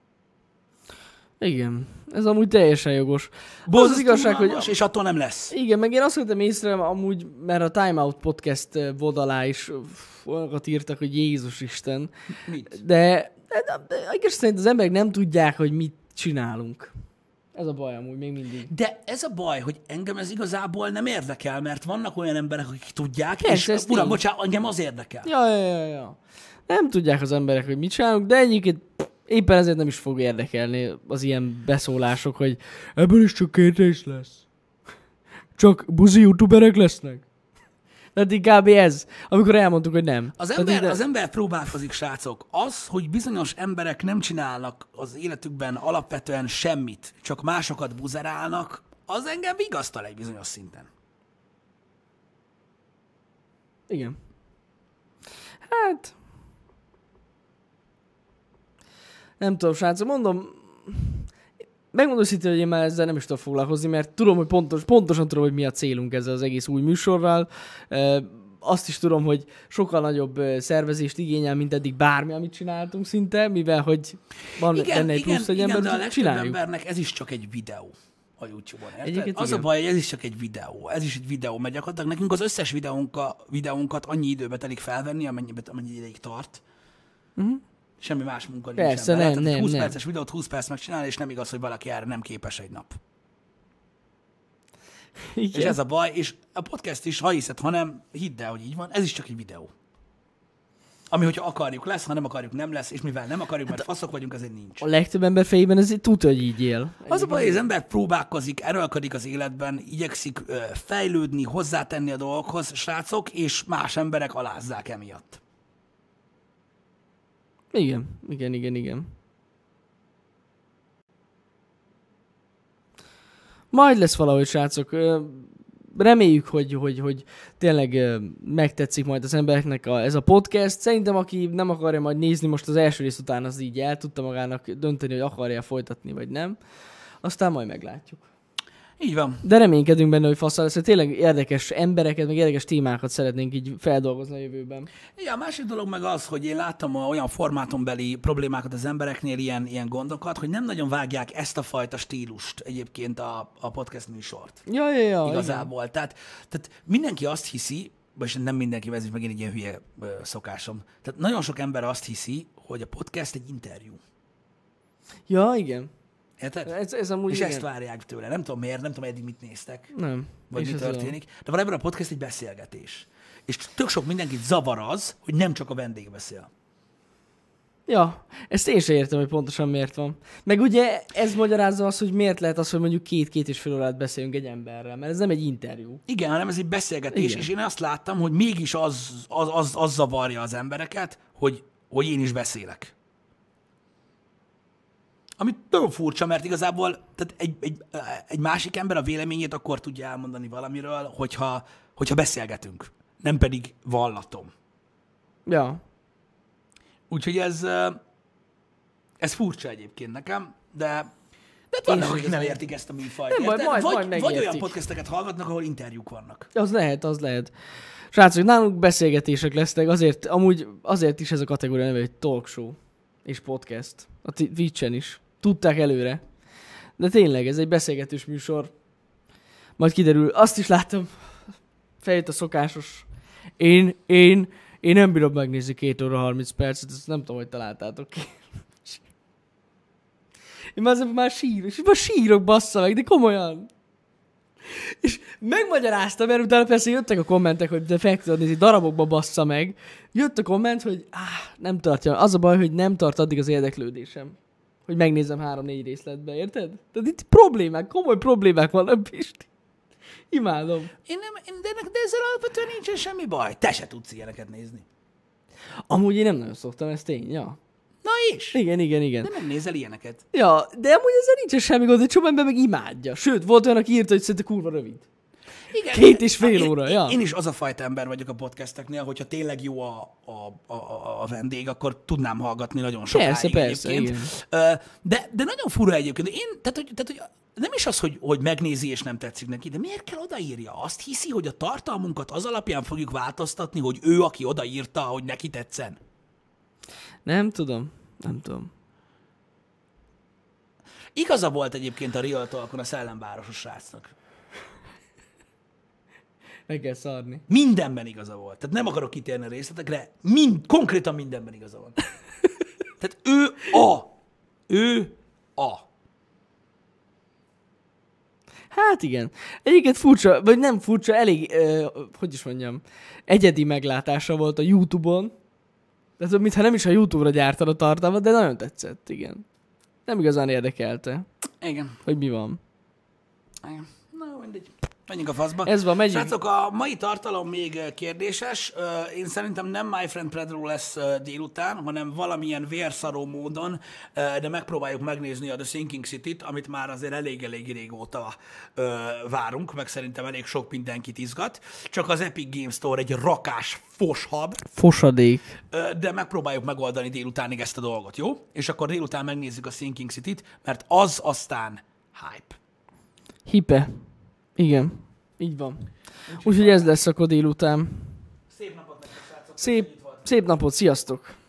Igen, ez amúgy teljesen jogos. Az igazság, hogy... És attól nem lesz. Igen, meg én azt vettem észre, amúgy, mert a Time Out Podcast oldalá is olyanokat írtak, hogy Jézus Isten. Mit? De igaz szerint az emberek nem tudják, hogy mit csinálunk. Ez a baj amúgy még mindig. De ez a baj, hogy engem ez igazából nem érdekel, mert vannak olyan emberek, akik tudják, Persze, és uram, bocsánat, engem az érdekel. Ja. Nem tudják az emberek, hogy mit csinálunk, de egyébként éppen ezért nem is fog érdekelni az ilyen beszólások, hogy ebből is csak 2 rész lesz. Csak buzi youtuberek lesznek. Tehát inkább ez, amikor elmondtuk, hogy nem. Az ember próbálkozik, srácok. Az, hogy bizonyos emberek nem csinálnak az életükben alapvetően semmit, csak másokat buzerálnak, az engem vigasztal egy bizonyos szinten. Igen. Hát... Nem tudom, srácok, mondom... Megmondom szintén, hogy én már ezzel nem is tudok foglalkozni, mert tudom, hogy pontosan tudom, hogy mi a célunk ezzel az egész új műsorral. Azt is tudom, hogy sokkal nagyobb szervezést igényel, mint eddig bármi, amit csináltunk szinte, mivel hogy van benne egy plusz egy ember, de a legtöbb csináljuk. embernek ez is csak egy videó a YouTube-on. Egyébként Az igen. a baj, hogy ez is csak egy videó. Ez is egy videó, mert gyakorlatilag nekünk az összes videónkat annyi időbe telik felvenni, amennyi ideig tart. Uh-huh. Semmi más munka Persze, nincsen. nem. 20 perces videót 20 perc megcsinálni, és nem igaz, hogy valaki erre nem képes egy nap. Igen. És ez a baj, és a podcast is, ha hiszed, ha nem, hidd el, hogy így van, ez is csak egy videó. Ami, hogyha akarjuk lesz, ha nem akarjuk nem lesz, és mivel nem akarjuk, mert faszok vagyunk, ezért nincs. A legtöbb ember fejében ez tudja, hogy így él. Az a baj, hogy az ember próbálkozik, erőlködik az életben, igyekszik fejlődni, hozzátenni a dolgokhoz, srácok, és más emberek alázzák emiatt. Igen. Majd lesz valahogy, srácok. Reméljük, hogy tényleg megtetszik majd az embereknek ez a podcast. Szerintem, aki nem akarja majd nézni most az első rész után, az így el tudta magának dönteni, hogy akarja folytatni, vagy nem. Aztán majd meglátjuk. Így van. De reménykedünk benne, hogy faszal lesz, hogy tényleg érdekes embereket, meg érdekes témákat szeretnénk így feldolgozni a jövőben. Ja, a másik dolog meg az, hogy én láttam olyan formátumbeli problémákat az embereknél, ilyen gondokat, hogy nem nagyon vágják ezt a fajta stílust egyébként a podcast műsort. Ja. Igazából. Tehát mindenki azt hiszi, és nem mindenki, ez is megint egy ilyen hülye szokásom. Tehát nagyon sok ember azt hiszi, hogy a podcast egy interjú. Ja, igen. Érted? Ez amúgy és igen. ezt várják tőle. Nem tudom miért, nem tudom eddig mit néztek. Nem. Vagy mi történik. De valójában a podcast egy beszélgetés. És tök sok mindenkit zavar az, hogy nem csak a vendég beszél. Ja, ezt én sem értem, hogy pontosan miért van. Meg ugye ez magyarázza azt, hogy miért lehet az, hogy mondjuk 2-2,5 órát beszélünk egy emberrel, mert ez nem egy interjú. Igen, hanem ez egy beszélgetés, igen. És én azt láttam, hogy mégis az zavarja az embereket, hogy én is beszélek. Ami nagyon furcsa, mert igazából tehát egy másik ember a véleményét akkor tudja elmondani valamiről, hogyha beszélgetünk, nem pedig vallatom. Ja. Úgyhogy ez furcsa egyébként nekem, de vannak, akik nem értik ezt a műfajt. Vagy olyan podcasteket hallgatnak, ahol interjúk vannak. Az lehet. Srácok, nálunk beszélgetések lesznek, azért is ez a kategória neve, hogy talk show és podcast. A Twitch-en is. Tudták előre. De tényleg, ez egy beszélgetős műsor. Majd kiderül. Azt is láttam. Feljött a szokásos. Én nem bírom megnézni 2 óra 30 percet, ezt nem tudom, hogy találtátok ki. Én már sírok, bassza meg, de komolyan. És megmagyaráztam, mert utána persze jöttek a kommentek, hogy de fel tudod nézni, darabokba bassza meg. Jött a komment, hogy nem tartja. Az a baj, hogy nem tart addig az érdeklődésem. Hogy megnézem 3-4 részletbe, érted? Tehát itt komoly problémák vannak, Pisti. Imádom. De ezzel alapvetően nincsen semmi baj. Te se tudsz ilyeneket nézni. Amúgy én nem nagyon szoktam, ez tény, ja. Na és? Igen. De nem nézel ilyeneket. Ja, de amúgy ezzel nincsen semmi gond, egy csomó ember meg imádja. Sőt, volt olyan, aki írta, hogy szerintem kurva rövid. Igen, 2,5 óra, ja. Én is az a fajta ember vagyok a podcasteknél, hogyha tényleg jó a vendég, akkor tudnám hallgatni nagyon sokáig. Persze, igen. De nagyon fura egyébként. Tehát, hogy nem is az, hogy megnézi és nem tetszik neki, de miért kell odaírja? Azt hiszi, hogy a tartalmunkat az alapján fogjuk változtatni, hogy ő, aki odaírta, hogy neki tetszen? Nem tudom. Igaza volt egyébként a Real Talkon a Szellemvárosos srácnak. Meg kell szarni. Mindenben igaza volt. Tehát nem akarok kitérni a részletekre, konkrétan mindenben igaza van. Tehát ő a. Hát igen. Egyébként furcsa, vagy nem furcsa, elég, hogy is mondjam, egyedi meglátása volt a YouTube-on. Tehát mintha nem is a YouTube-ra gyártad a tartalmat, de nagyon tetszett, igen. Nem igazán érdekelte. Igen. Hogy mi van. Igen. Na, mindegy. Menjünk a faszba. Ez van, megyünk. Srácok, a mai tartalom még kérdéses. Én szerintem nem My Friend Pedro lesz délután, hanem valamilyen vérszaró módon, de megpróbáljuk megnézni a The Sinking City-t, amit már azért elég régóta várunk, meg szerintem elég sok mindenkit izgat. Csak az Epic Games Store egy rakás foshab. Fosadék. De megpróbáljuk megoldani délutánig ezt a dolgot, jó? És akkor délután megnézzük a Sinking City-t, mert az aztán hype. Hipe. Igen, így van. Úgyhogy ez lesz akkor délután. Szép napot nektek, srácok. Szép napot, sziasztok!